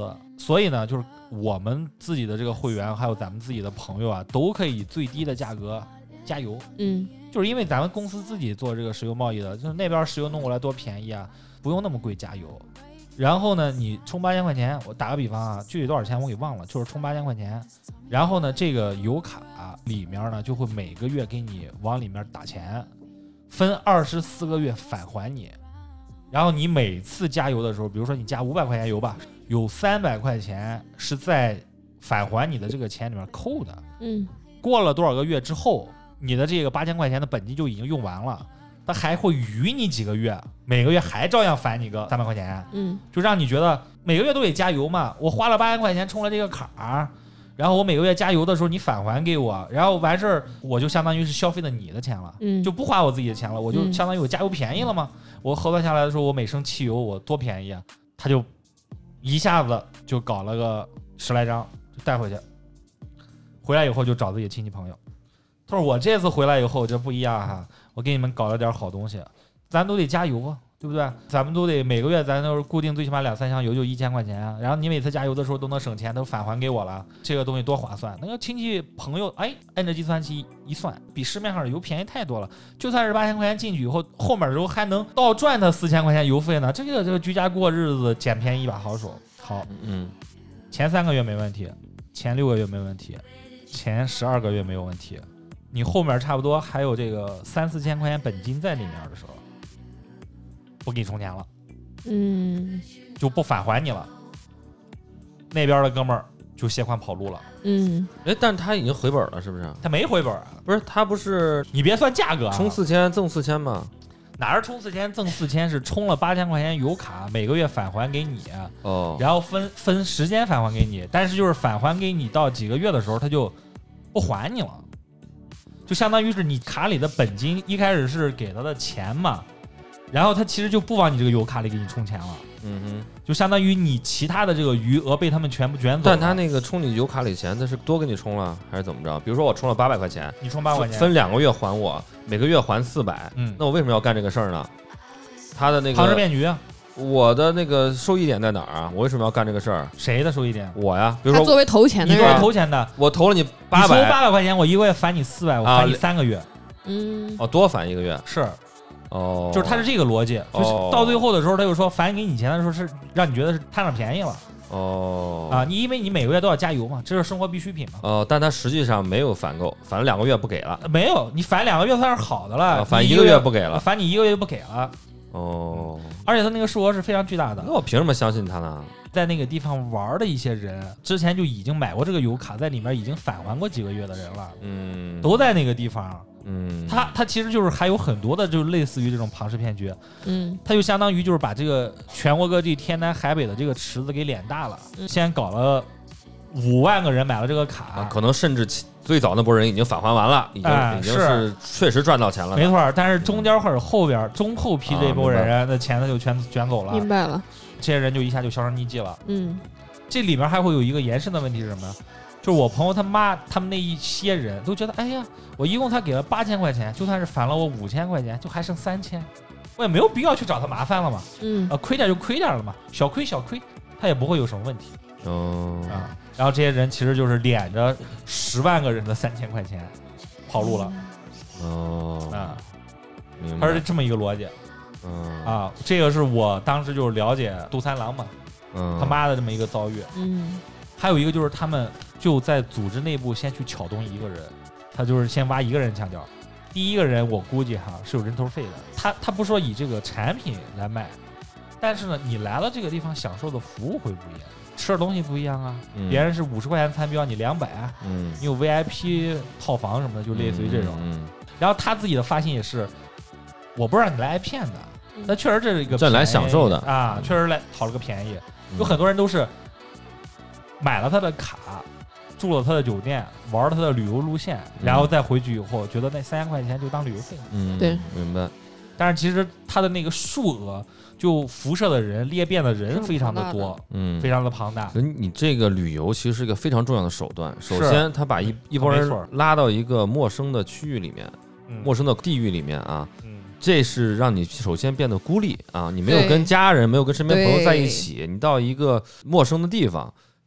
所以呢，就是我们自己的这个会员，还有咱们自己的朋友啊，都可以以最低的价格加油。 嗯， 就是因为咱们公司自己做这个石油贸易的，就是那边石油弄过来多便宜啊，不用那么贵加油。然后呢，你充八千块钱，我打个比方啊，具体多少钱我给忘了，就是充八千块钱。然后呢，这个油卡里面呢就会每个月给你往里面打钱，分二十四个月返还你。然后你每次加油的时候，比如说你加五百块钱油吧，有三百块钱是在返还你的这个钱里面扣的。 嗯， 过了多少个月之后，你的这个八千块钱的本金就已经用完了。他还会余你几个月，每个月还照样返你个三百块钱， 嗯， 就让你觉得每个月都得加油嘛。我花了八千块钱充了这个卡儿，然后我每个月加油的时候你返还给我，然后完事儿我就相当于是消费了你的钱了， 嗯， 就不花我自己的钱了，我就相当于我加油便宜了嘛。我核算下来的时候，我每升汽油我多便宜啊，他就一下子就搞了个十来张就带回去，回来以后就找自己的亲戚朋友。他说我这次回来以后这不一样哈，我给你们搞了点好东西，咱都得加油啊，对不对？咱们都得每个月咱都是固定最起码两三箱油就一千块钱啊，然后你每次加油的时候都能省钱，都返还给我了，这个东西多划算。那个亲戚朋友哎，按着计算器一算，比市面上的油便宜太多了。就算是八千块钱进去以后，后面时候还能倒赚他四千块钱油费呢。这个这个居家过日子捡便宜一把好手。好， 嗯， 前三个月没问题，前六个月没问题，前十二个月没有问题。你后面差不多还有这个三四千块钱本金在里面的时候，不给你充钱了， 嗯， 就不返还你了。那边的哥们儿就携款跑路了。 嗯， 哎，但他已经回本了，是不是？ 他没回本啊？ 不是，他不是你别算价格啊， 充四千赠四千吗？ 哪是充四千赠四千？是充了八千块钱油卡，每个月返还给你， 哦， 然后分分时间返还给你，但是就是返还给你到几个月的时候，他就不还你了。就相当于是你卡里的本金一开始是给他的钱嘛，然后他其实就不往你这个油卡里给你充钱了， 嗯哼， 就相当于你其他的这个余额被他们全部卷走了。 但他那个充你油卡里钱，他是多给你充了还是怎么着？比如说我充了八百块钱， 你充八百块钱， 分两个月还我，每个月还四百， 嗯， 那我为什么要干这个事儿呢？他的那个庞氏骗局啊， 我的那个收益点在哪儿啊？我为什么要干这个事儿？ 谁的收益点？ 我呀，比如说他作为投钱的你作为人， 投钱的， 我投了你八你抽百， 八百块钱，我一个月返你四百，我啊返你三个月， 嗯， 哦，多返一个月， 是。 哦， 就是他是这个逻辑，就是哦到最后的时候，他就说返给你钱的时候是让你觉得是贪了便宜了哦啊！你因为你每个月都要加油嘛，这是生活必需品嘛。 哦，但他实际上没有返够，返了两个月不给了， 没有，你返两个月算是好的了， 啊返你一个一个月不给了， 返你一个月就不给了。 哦， 而且他那个数额是非常巨大的那，我凭什么相信他呢？ 在那个地方玩的一些人，之前就已经买过这个油卡，在里面已经返还过几个月的人了， 嗯， 都在那个地方。 嗯， 他他其实就是还有很多的，就类似于这种庞氏骗局， 嗯， 他就相当于就是把这个全国各地天南海北的这个池子给敛大了， 嗯先搞了五万个人买了这个啊， 卡， 可能甚至其最早那波人已经返还完了，已经、 哎已经是确实赚到钱了的， 没错。但是中间或者后边中后批这波人的钱他就全卷走了， 明白了， 这些人就一下就销声匿迹了。 嗯， 这里面还会有一个延伸的问题是什么？就是我朋友他妈他们那一些人都觉得，哎呀，我一共才给了八千块钱，就算是返了我五千块钱，就还剩三千，我也没有必要去找他麻烦了嘛。 嗯， 啊，亏点就亏点了嘛，小亏小亏，他也不会有什么问题哦啊。然后这些人其实就是敛着十万个人的三千块钱跑路了哦， 啊， 明白， 他是这么一个逻辑嗯啊。这个是我当时就是了解杜三郎嘛， 嗯， 他妈的这么一个遭遇。 嗯， 还有一个就是他们就在组织内部先去挑动一个人，他就是先挖一个人墙角。第一个人我估计哈是有人头费的，他他不说以这个产品来卖，但是呢，你来了这个地方享受的服务会不一样，吃的东西不一样啊。 嗯别人是五十块钱餐标，你两百， 嗯， 你有 V I P 套房什么的，就类似于这种。 嗯， 然后他自己的发信也是，我不是让你来挨骗的， 嗯那确实这是一个这来便宜享受的啊，确实来讨了个便宜。 嗯有很多人都是买了他的卡，住了他的酒店，玩了他的旅游路线，然后再回去以后，觉得那三千块钱就当旅游费了。 嗯， 对， 明白， 但是其实他的那个数额，就辐射的人、裂变的人非常的多， 嗯， 非常的庞大。 所以你这个旅游其实是一个非常重要的手段。首是先，他把一一拨人没错拉到一个陌生的区域里面， 嗯陌生的地域里面啊， 嗯， 这是让你首先变得孤立啊，你没有对跟家人，没有跟身边朋友对在一起，你到一个陌生的地方，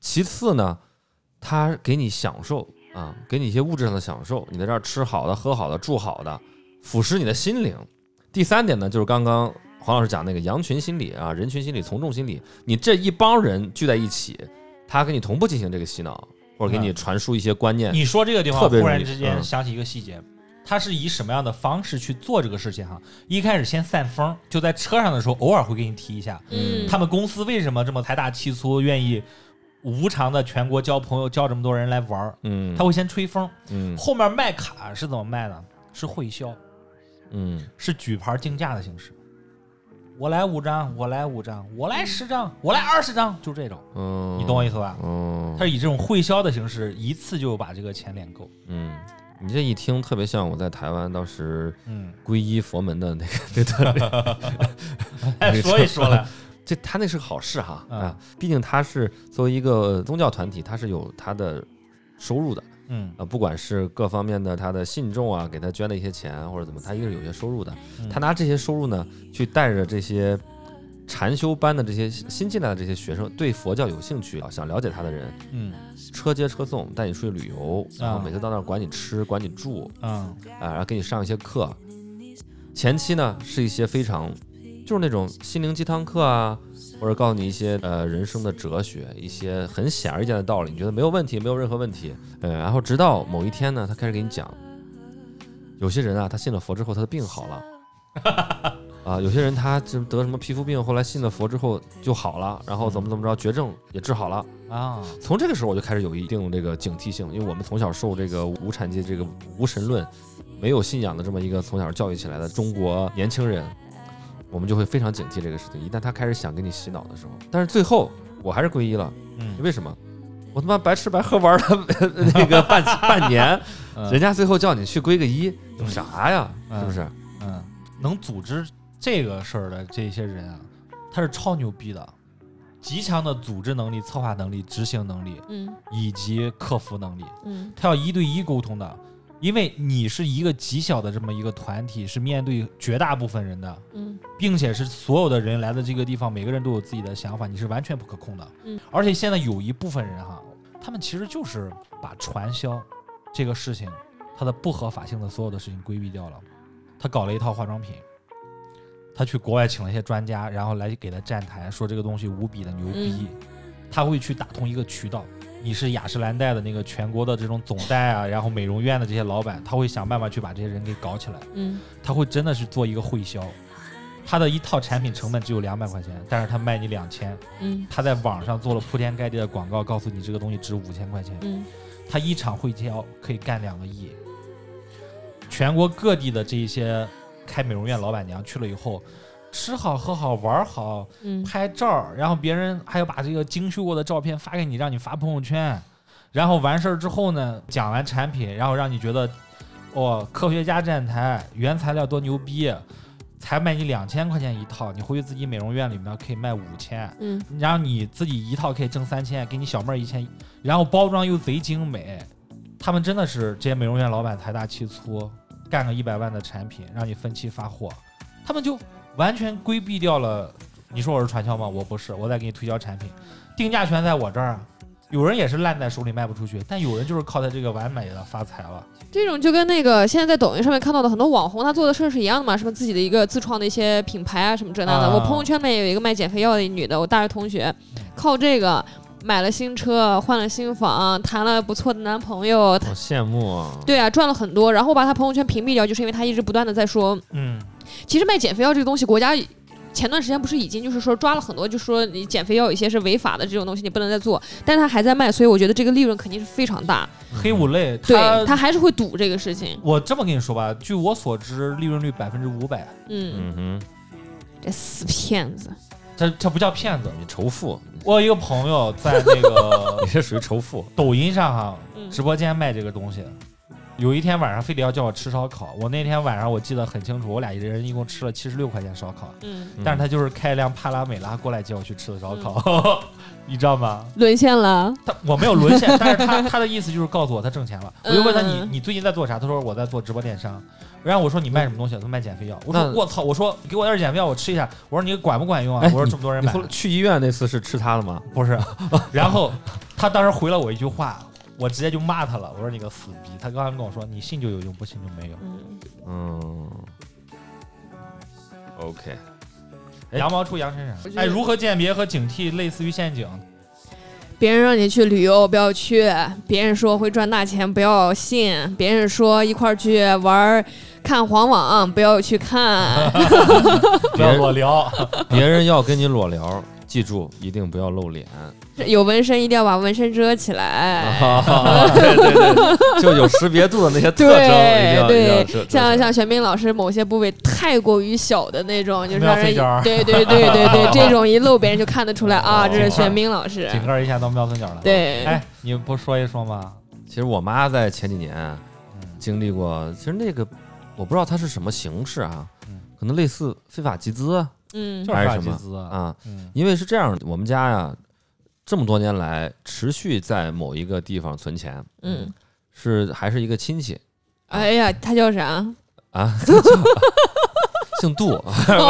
其次呢，他给你享受啊，给你一些物质上的享受，你在这儿吃好的、喝好的、住好的，腐蚀你的心灵。第三点呢，就是刚刚黄老师讲那个羊群心理啊，人群心理、从众心理，你这一帮人聚在一起，他跟你同步进行这个洗脑，或者给你传输一些观念。 你说这个地方， 特别忽然之间嗯想起一个细节。他是以什么样的方式去做这个事情哈？一开始先散风，就在车上的时候偶尔会给你提一下， 嗯， 他们公司为什么这么财大气粗，愿意无偿的全国交朋友，交这么多人来玩？ 嗯， 他会先吹风， 嗯后面卖卡是怎么卖的？是会销， 嗯是举牌竞价的形式。我来五张，我来五张，我来十张，我来二十张，就这种， 嗯， 你懂我意思吧？ 嗯， 他是以这种会销的形式，一次就把这个钱敛够。 嗯，你这一听特别像我在台湾当时嗯， 皈依佛门的那个对的。 哎，说一说了， 这他那是个好事哈嗯啊，毕竟他是作为一个宗教团体，他是有他的收入的嗯啊，不管是各方面的他的信众啊，给他捐的一些钱或者怎么，他一定是有些收入的。 嗯他拿这些收入呢，去带着这些禅修班的这些新进来的这些学生，对佛教有兴趣、想了解他的人， 嗯车接车送，带你出去旅游，然后啊每次到那儿管你吃、管你住嗯啊，然后给你上一些课。前期呢是一些非常就是那种心灵鸡汤课啊，或者告诉你一些呃人生的哲学，一些很显而易见的道理，你觉得没有问题，没有任何问题。呃，然后直到某一天呢，他开始给你讲，有些人啊，他信了佛之后，他的病好了。啊，有些人他就得什么皮肤病，后来信了佛之后就好了，然后怎么怎么着，绝症也治好了。 啊， 从这个时候我就开始有一定这个警惕性，因为我们从小受这个无产阶这个无神论、没有信仰的这么一个从小教育起来的中国年轻人，我们就会非常警惕这个事情。一旦他开始想给你洗脑的时候，但是最后我还是皈依了。 嗯， 为什么？我他妈白吃白喝玩了那个半半年，人家最后叫你去皈个依，有啥呀？是不是？ 嗯，能组织这个事儿的这些人啊，他是超牛逼的，极强的组织能力、策划能力、执行能力， 嗯以及客服能力。 嗯他要一对一沟通的，因为你是一个极小的这么一个团体，是面对绝大部分人的， 嗯并且是所有的人来的这个地方，每个人都有自己的想法，你是完全不可控的。 嗯， 而且现在有一部分人哈，他们其实就是把传销这个事情，它的不合法性的所有的事情规避掉了。他搞了一套化妆品，他去国外请了一些专家，然后来给他站台，说这个东西无比的牛逼。 嗯他会去打通一个渠道，你是雅诗兰黛的那个全国的这种总代啊，然后美容院的这些老板，他会想办法去把这些人给搞起来。 嗯他会真的是做一个会销，他的一套产品成本只有两百块钱，但是他卖你两千。 嗯他在网上做了铺天盖地的广告，告诉你这个东西值五千块钱。 嗯他一场会销可以干两个亿。全国各地的这一些开美容院老板娘去了以后，吃好喝好玩好， 嗯拍照，然后别人还要把这个精修过的照片发给你，让你发朋友圈。然后完事儿之后呢，讲完产品，然后让你觉得，哦，科学家站台，原材料多牛逼，才卖你两千块钱一套，你回去自己美容院里面可以卖五千， 嗯然后你自己一套可以挣三千，给你小妹儿一千，然后包装又贼精美。他们真的是这些美容院老板财大气粗，干个一百万的产品，让你分期发货，他们就完全规避掉了。你说我是传销吗？我不是，我在给你推销产品，定价权在我这儿啊。有人也是烂在手里卖不出去，但有人就是靠他这个完美的发财了。 这种就跟那个现在在抖音上面看到的很多网红，他做的事儿是一样的嘛，什么自己的一个自创的一些品牌啊，什么这那的。 啊我朋友圈里面有一个卖减肥药的女的，我大学同学，靠这个买了新车，换了新房，谈了不错的男朋友。 好羡慕啊！ 对啊，赚了很多。然后我把他朋友圈屏蔽掉，就是因为他一直不断的在说， 嗯， 其实卖减肥药这个东西，国家前段时间不是已经就是说抓了很多，就说你减肥药有一些是违法的这种东西，你不能再做，但是他还在卖，所以我觉得这个利润肯定是非常大。 黑五类， 对他他还是会赌这个事情。 我这么跟你说吧，据我所知，利润率百分之五百。 嗯， 嗯哼， 这死骗子。 这这不叫骗子。 你仇富， 我有一个朋友在那个你这属于仇富。 抖音上哈， 嗯直播间卖这个东西。有一天晚上非得要叫我吃烧烤，我那天晚上我记得很清楚，我俩一人一共吃了七十六块钱烧烤， 嗯， 但是他就是开一辆帕拉梅拉过来接我去吃的烧烤，你知道吗？ 沦陷了。 他我没有沦陷，但是他他的意思就是告诉我他挣钱了。我就问他你嗯你最近在做啥？他说我在做直播电商。然后我说你卖什么东西？他说卖减肥药。我说那我操！我说给我点减肥药我吃一下。我说你管不管用啊？ 哎我说这么多人买你后，来去医院那次是吃它的吗？ 不是。然后他当时回了我一句话，我直接就骂他了，我说你个死逼。他刚刚跟我说，你信就有用，不信就没有。 嗯 ，OK。 羊毛出羊身上。哎，如何鉴别和警惕类似于陷阱？ 别人让你去旅游，不要去；别人说会赚大钱，不要信；别人说一块儿去玩看黄网，不要去看。 不要裸聊。 别人要跟你裸聊，记住一定不要露脸。 有纹身一定要把纹身遮起来。 啊、对对对，就有识别度的那些特征，一定要对对， 像像玄彬老师某些部位太过于小的那种，就是让人对对对对对对，这种一露别人就看得出来啊，这是玄彬老师。 紧个一下到妙村角了。 对， 哎，你不说一说吗？ 其实我妈在前几年经历过，其实那个我不知道它是什么形式啊，可能类似非法集资， 嗯， 还是什么啊？因为是这样，我们家呀。这么多年来，持续在某一个地方存钱， 嗯， 是还是一个亲戚。 哎呀，他叫啥啊？姓杜，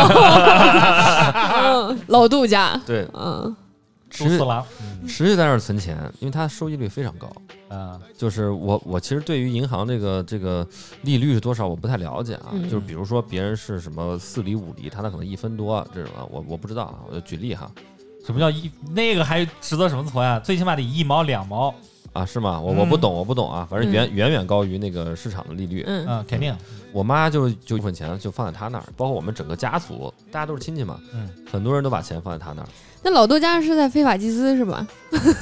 嗯、老杜家。 对， 嗯， 杜四郎持续在那儿存钱，因为他收益率非常高。 啊， 就是我我其实对于银行这个这个利率是多少我不太了解啊， 嗯、 就是比如说别人是什么四厘五厘，他那可能一分多这种啊，我我不知道啊，我就举例哈。 什么叫一那个还值得什么存啊？最起码得一毛两毛啊？是吗？我我不懂，我不懂啊。反正远、嗯、远远高于那个市场的利率。 嗯嗯，肯定。 我妈就就一份钱就放在她那儿，包括我们整个家族，大家都是亲戚嘛，嗯，很多人都把钱放在她那儿。 那老杜家是在非法集资是吧？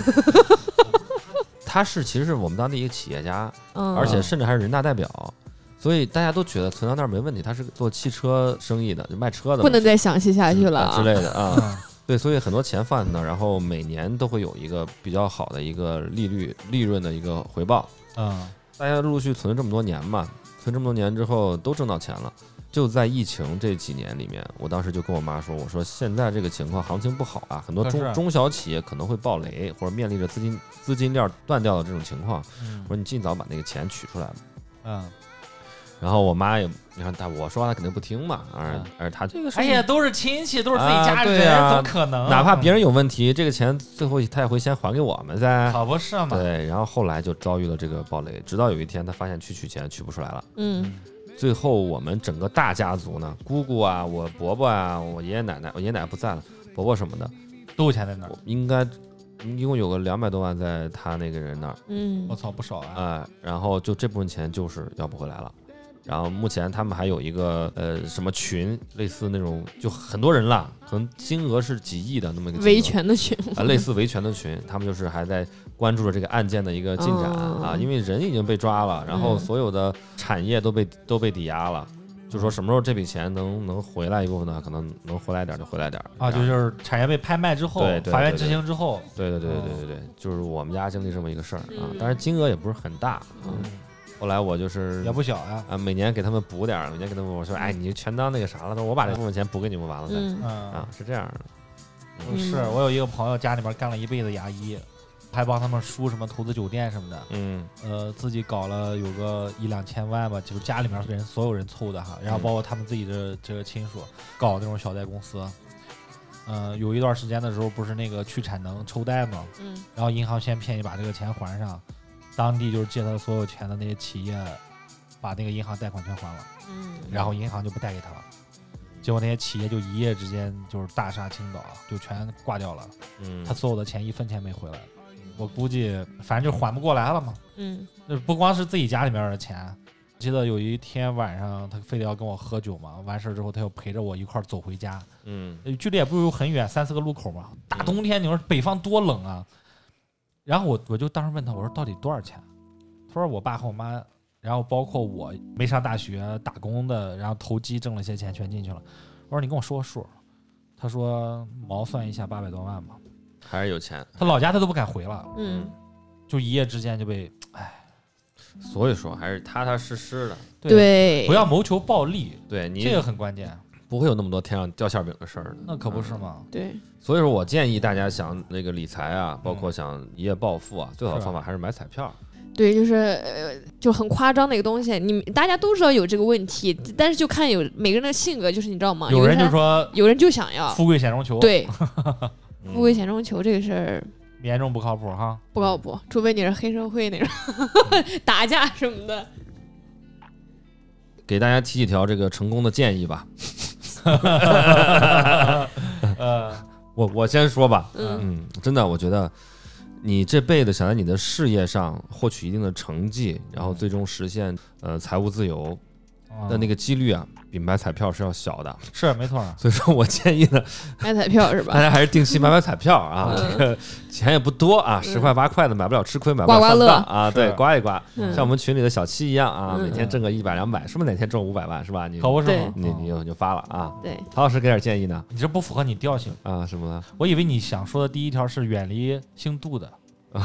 他是其实是我们当地一个企业家， 嗯、 而且甚至还是人大代表。所以大家都觉得存到那儿没问题，他是做汽车生意的，就卖车的。 不能再详细下去了、 啊、之类的啊。对，所以很多钱放在那儿，然后每年都会有一个比较好的一个利率、利润的一个回报。 嗯， 大家陆陆续存了这么多年嘛，存这么多年之后都挣到钱了。就在疫情这几年里面，我当时就跟我妈说：“我说现在这个情况行情不好啊，很多中中小企业可能会暴雷，或者面临着资金资金链断掉的这种情况。 嗯、 我说你尽早把那个钱取出来吧。” 嗯。 然后我妈也，你看她，我说她肯定不听嘛，而而她这个， 哎呀，都是亲戚，都是自己家人， 啊、 怎么可能？ 哪怕别人有问题，这个钱最后她也会先还给我们噻。 可不是嘛。 对，然后后来就遭遇了这个暴雷，直到有一天她发现去取钱取不出来了。 嗯。 最后我们整个大家族呢，姑姑啊，我伯伯啊，我爷爷奶奶，我爷爷奶奶不在了，伯伯什么的都有钱在那儿， 应该一共有个两百多万在他那个人那儿。 嗯， 我操，不少啊。 哎、呃，然后就这部分钱就是要不回来了。然后目前他们还有一个呃什么群，类似那种就很多人啦，可能金额是几亿的那么一个维权的群啊，类似维权的群，他们就是还在关注着这个案件的一个进展、哦、啊，因为人已经被抓了，然后所有的产业都被、嗯、都被抵押了，就说什么时候这笔钱能能回来一部分呢？可能能回来点就回来点啊，就是产业被拍卖之后， 对对对对法院执行之后， 对对对对对对对，哦、就是我们家经历这么一个事儿啊，当然金额也不是很大。嗯嗯后来我就是也不小呀， 啊，每年给他们补点儿，每年给他们我说，哎，你就全当那个啥了，我把这部分钱补给你们完了再， 嗯、 啊，是这样的。 嗯、是我有一个朋友家里面干了一辈子牙医，还帮他们输什么投资酒店什么的， 嗯， 呃，自己搞了有个一两千万吧，就是家里面人所有人凑的哈，然后包括他们自己的这个亲属搞那种小贷公司。呃，有一段时间的时候，不是那个去产能抽贷嘛， 嗯， 然后银行先骗你把这个钱还上。当地就是借他所有钱的那些企业，把那个银行贷款全还了， 嗯， 然后银行就不贷给他了，结果那些企业就一夜之间就是大厦倾倒，就全挂掉了， 嗯， 他所有的钱一分钱没回来，我估计反正就缓不过来了嘛， 嗯， 不光是自己家里面的钱，记得有一天晚上他非得要跟我喝酒嘛，完事之后他又陪着我一块走回家， 嗯， 距离也不是很远，三四个路口嘛，大冬天你说北方多冷啊。然后我我就当时问他，我说到底多少钱？他说我爸和我妈，然后包括我没上大学打工的，然后投机挣了些钱全进去了。我说你跟我说个数，他说毛算一下八百多万吧， 还是有钱。 他老家他都不敢回了， 嗯， 就一夜之间就被，哎， 所以说还是踏踏实实的， 对， 对不要谋求暴利， 对你这个很关键。 不会有那么多天上掉馅饼的事儿， 那可不是吗？ 对， 所以说我建议大家想那个理财啊，包括想一夜暴富啊，最好的方法还是买彩票。 对，就是呃，就很夸张的一个东西，你大家都知道有这个问题，但是就看有每个人的性格，就是你知道吗？ 有人就说， 有人就想要富贵险中求， 对，富贵险中求这个事儿， 严重不靠谱哈。 不靠谱，除非你是黑社会那种打架什么的。 给大家提几条这个成功的建议吧。 呃， 我我先说吧， 嗯嗯，真的，我觉得你这辈子想在你的事业上获取一定的成绩，然后最终实现呃财务自由的那个几率啊，比买彩票是要小的。 是没错。 所以说我建议呢， 买彩票是大吧？ 家还是定期买买彩票啊， 嗯这个钱也不多啊，十块八块的买不了吃亏，买不了刮刮乐上当啊，对， 是刮一刮。 嗯像我们群里的小七一样啊， 嗯每天挣个一百两百，说不定哪天挣五百万是吧？你对可不是吗？ 你你就你就发了啊。 对， 曹老师给点建议呢？ 你这不符合你调性。 啊，什么呢？ 我以为你想说的第一条是远离姓杜的。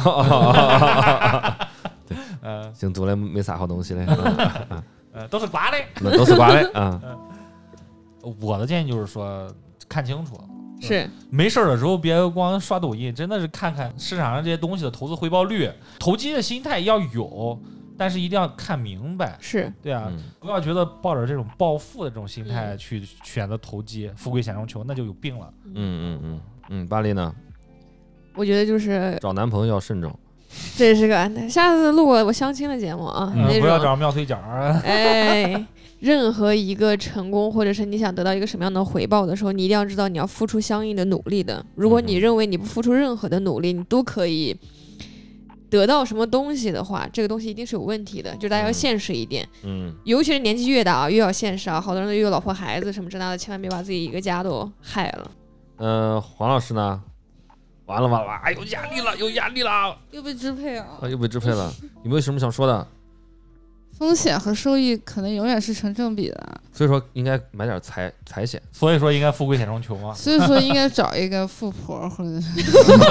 呃姓杜嘞没啥好东西嘞， 呃，都是瓜的。 那都是瓜嘞啊。 我的建议就是说，看清楚， 是没事儿的时候别光刷抖音，真的是看看市场上这些东西的投资回报率，投机的心态要有，但是一定要看明白。 是， 对啊， 嗯不要觉得抱着这种暴富的这种心态去选择投机，富贵险中求，那就有病了。 嗯嗯嗯嗯，巴黎呢？ 我觉得就是找男朋友要慎重。 这是个，下次录我我相亲的节目啊， 嗯， 那种不要找妙腿角儿。 哎，任何一个成功，或者是你想得到一个什么样的回报的时候，你一定要知道你要付出相应的努力的。如果你嗯认为你不付出任何的努力，你都可以得到什么东西的话，这个东西一定是有问题的。就大家要现实一点， 嗯尤其是年纪越大啊，越要现实啊。好多人都有老婆孩子什么这那的，千万别把自己一个家都害了。 呃，黄老师呢？完了完了，哎，有压力了，有压力了， 又被支配啊！ 啊，又被支配了。有没有什么想说的？ 风险和收益可能永远是成正比的， 所以说应该买点财财险。 所以说应该富贵险中求嘛。 所以说应该找一个富婆或者是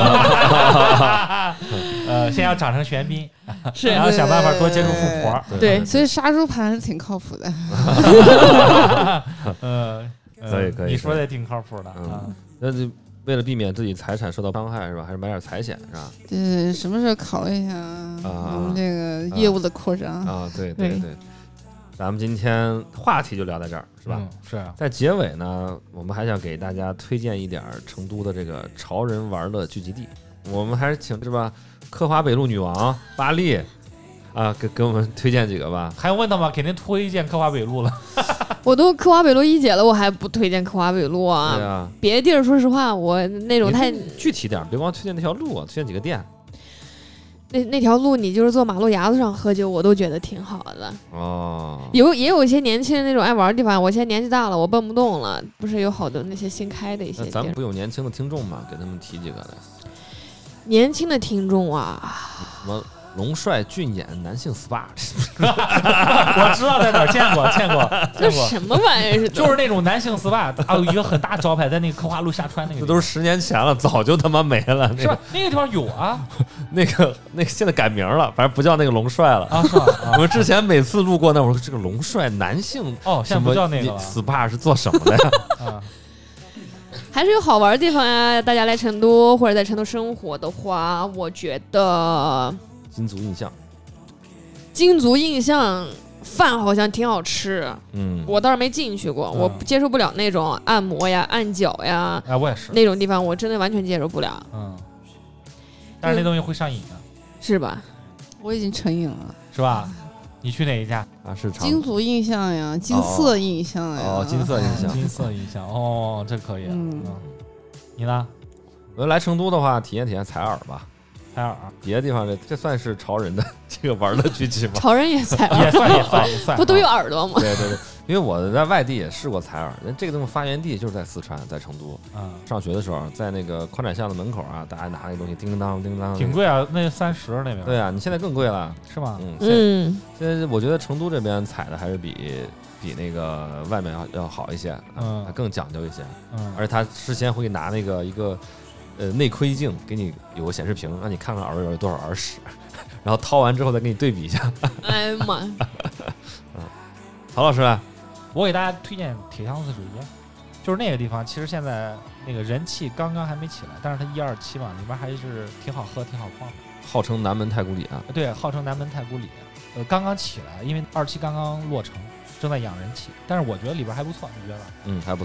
呃，先要长成玄彬， 是然后想办法多接触富婆。 对所以杀猪盘还是挺靠谱的。 呃， 可以可以你说的也挺靠谱的啊。 嗯那就为了避免自己财产受到伤害是吧？还是买点财险是吧？ 对，什么时候考虑一下我们这个业务的扩张？ 啊，对对对对。咱们今天话题就聊到这儿是吧？ 嗯是啊。 在结尾呢，我们还想给大家推荐一点儿成都的这个潮人玩乐聚集地。我们还是请是吧，科华北路女王巴丽啊，给给我们推荐几个吧。 还用问他吗？肯定推荐科华北路了。 我都科华北路一姐了，我还不推荐科华北路啊。 对啊， 别的地儿，说实话，我那种太具体点儿，别光推荐那条路啊，推荐几个店。 那那条路，你就是坐马路牙子上喝酒，我都觉得挺好的。 哦， 有也有一些年轻人那种爱玩的地方，我现在年纪大了，我蹦不动了。不是有好多那些新开的一些地儿， 那咱们不有年轻的听众吗？给他们提几个来。 年轻的听众啊， 什么龙帅俊眼男性 S P A， 我知道在哪儿见过，见过， 这见过。 什么玩意儿？是就是那种男性 S P A，还有一个很大招牌在那个科华路下川那个地方， 这都是十年前了，早就他妈没了。那是吧个？ 那个地方有啊那个那个现在改名了，反正不叫那个龙帅了。 啊是吧？ 我们之前每次路过那，我说这个龙帅男性哦，现在不叫那个了 S P A 是做什么的呀？ 啊。 还是有好玩的地方呀。大家来成都或者在成都生活的话，我觉得金族印象， 金族印象饭好像挺好吃。 嗯， 我倒是没进去过， 嗯我接受不了那种按摩呀、按脚呀哎，我也是， 那种地方，我真的完全接受不了， 嗯，但是那东西会上瘾的， 是吧？ 我已经成瘾了。 是吧？你去哪一家？ 啊是长金族印象呀，金色印象呀， 哦金色印象金色印象，哦，这可以。 嗯嗯，你呢？ 我要来成都的话，体验体验采耳吧。 采耳别的地方这这算是潮人的这个玩乐聚集吗？ 潮人也采也耳， 算也算也算， 不都有耳朵吗？ 对对对，因为我在外地也试过采耳，人这个东西发源地就是在四川，在成都。 嗯， 上学的时候，在那个宽窄巷的门口啊，大家拿那个东西叮叮当叮叮当， 挺。贵啊，那三十那边。 对啊，你现在更贵了。 是吗？ 嗯，现在嗯， 现在我觉得成都这边采的还是比比那个外面要要好一些， 嗯它更讲究一些， 嗯， 而且它事先会拿那个一个呃内窥镜给你有个显示屏，让你看看耳朵有多少耳屎，然后掏完之后再给你对比一下。 哎呀妈， 曹老师呢？ 我给大家推荐铁箱子水烟，就是那个地方，其实现在那个人气刚刚还没起来，但是它一二期嘛，里面还是挺好喝、挺好逛的。 号称南门太古里啊， 对，号称南门太古里，呃，刚刚起来，因为二期刚刚落成，正在养人气，但是我觉得里边还不错，你觉得？ 嗯，还不错。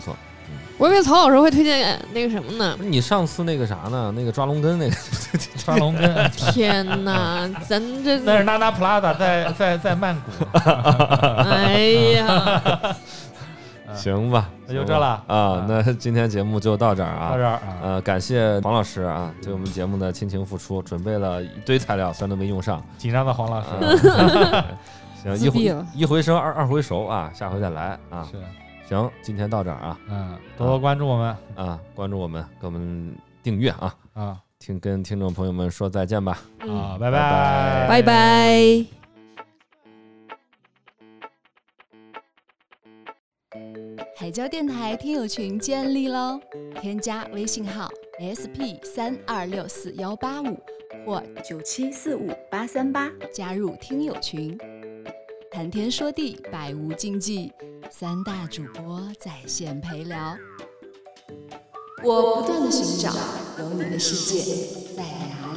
我以为曹老师会推荐那个什么呢？ 你上次那个啥呢？那个抓龙根那个抓龙根， 天哪，咱这那是娜娜 Plaza 在在在曼谷。 哎呀， 行吧， 那就这了啊。那今天节目就到这儿啊， 到这儿啊。 呃，感谢黄老师啊，对我们节目的亲情付出，准备了一堆材料，虽然都没用上。 紧张的黄老师， 啊、行，一回自闭了一回生二二回熟啊，下回再来啊。 是， 行，今天到这儿啊， 嗯，多多关注我们啊，关注我们，给我们订阅啊， 啊听跟听众朋友们说再见吧。 啊，拜拜拜拜。 海椒电台听友群建立喽，添加微信号 S P 三二六四幺八五或九七四五八三八， 加入听友群，谈天说地，百无禁忌，三大主播在线陪聊。我不断的寻找，有你的世界在哪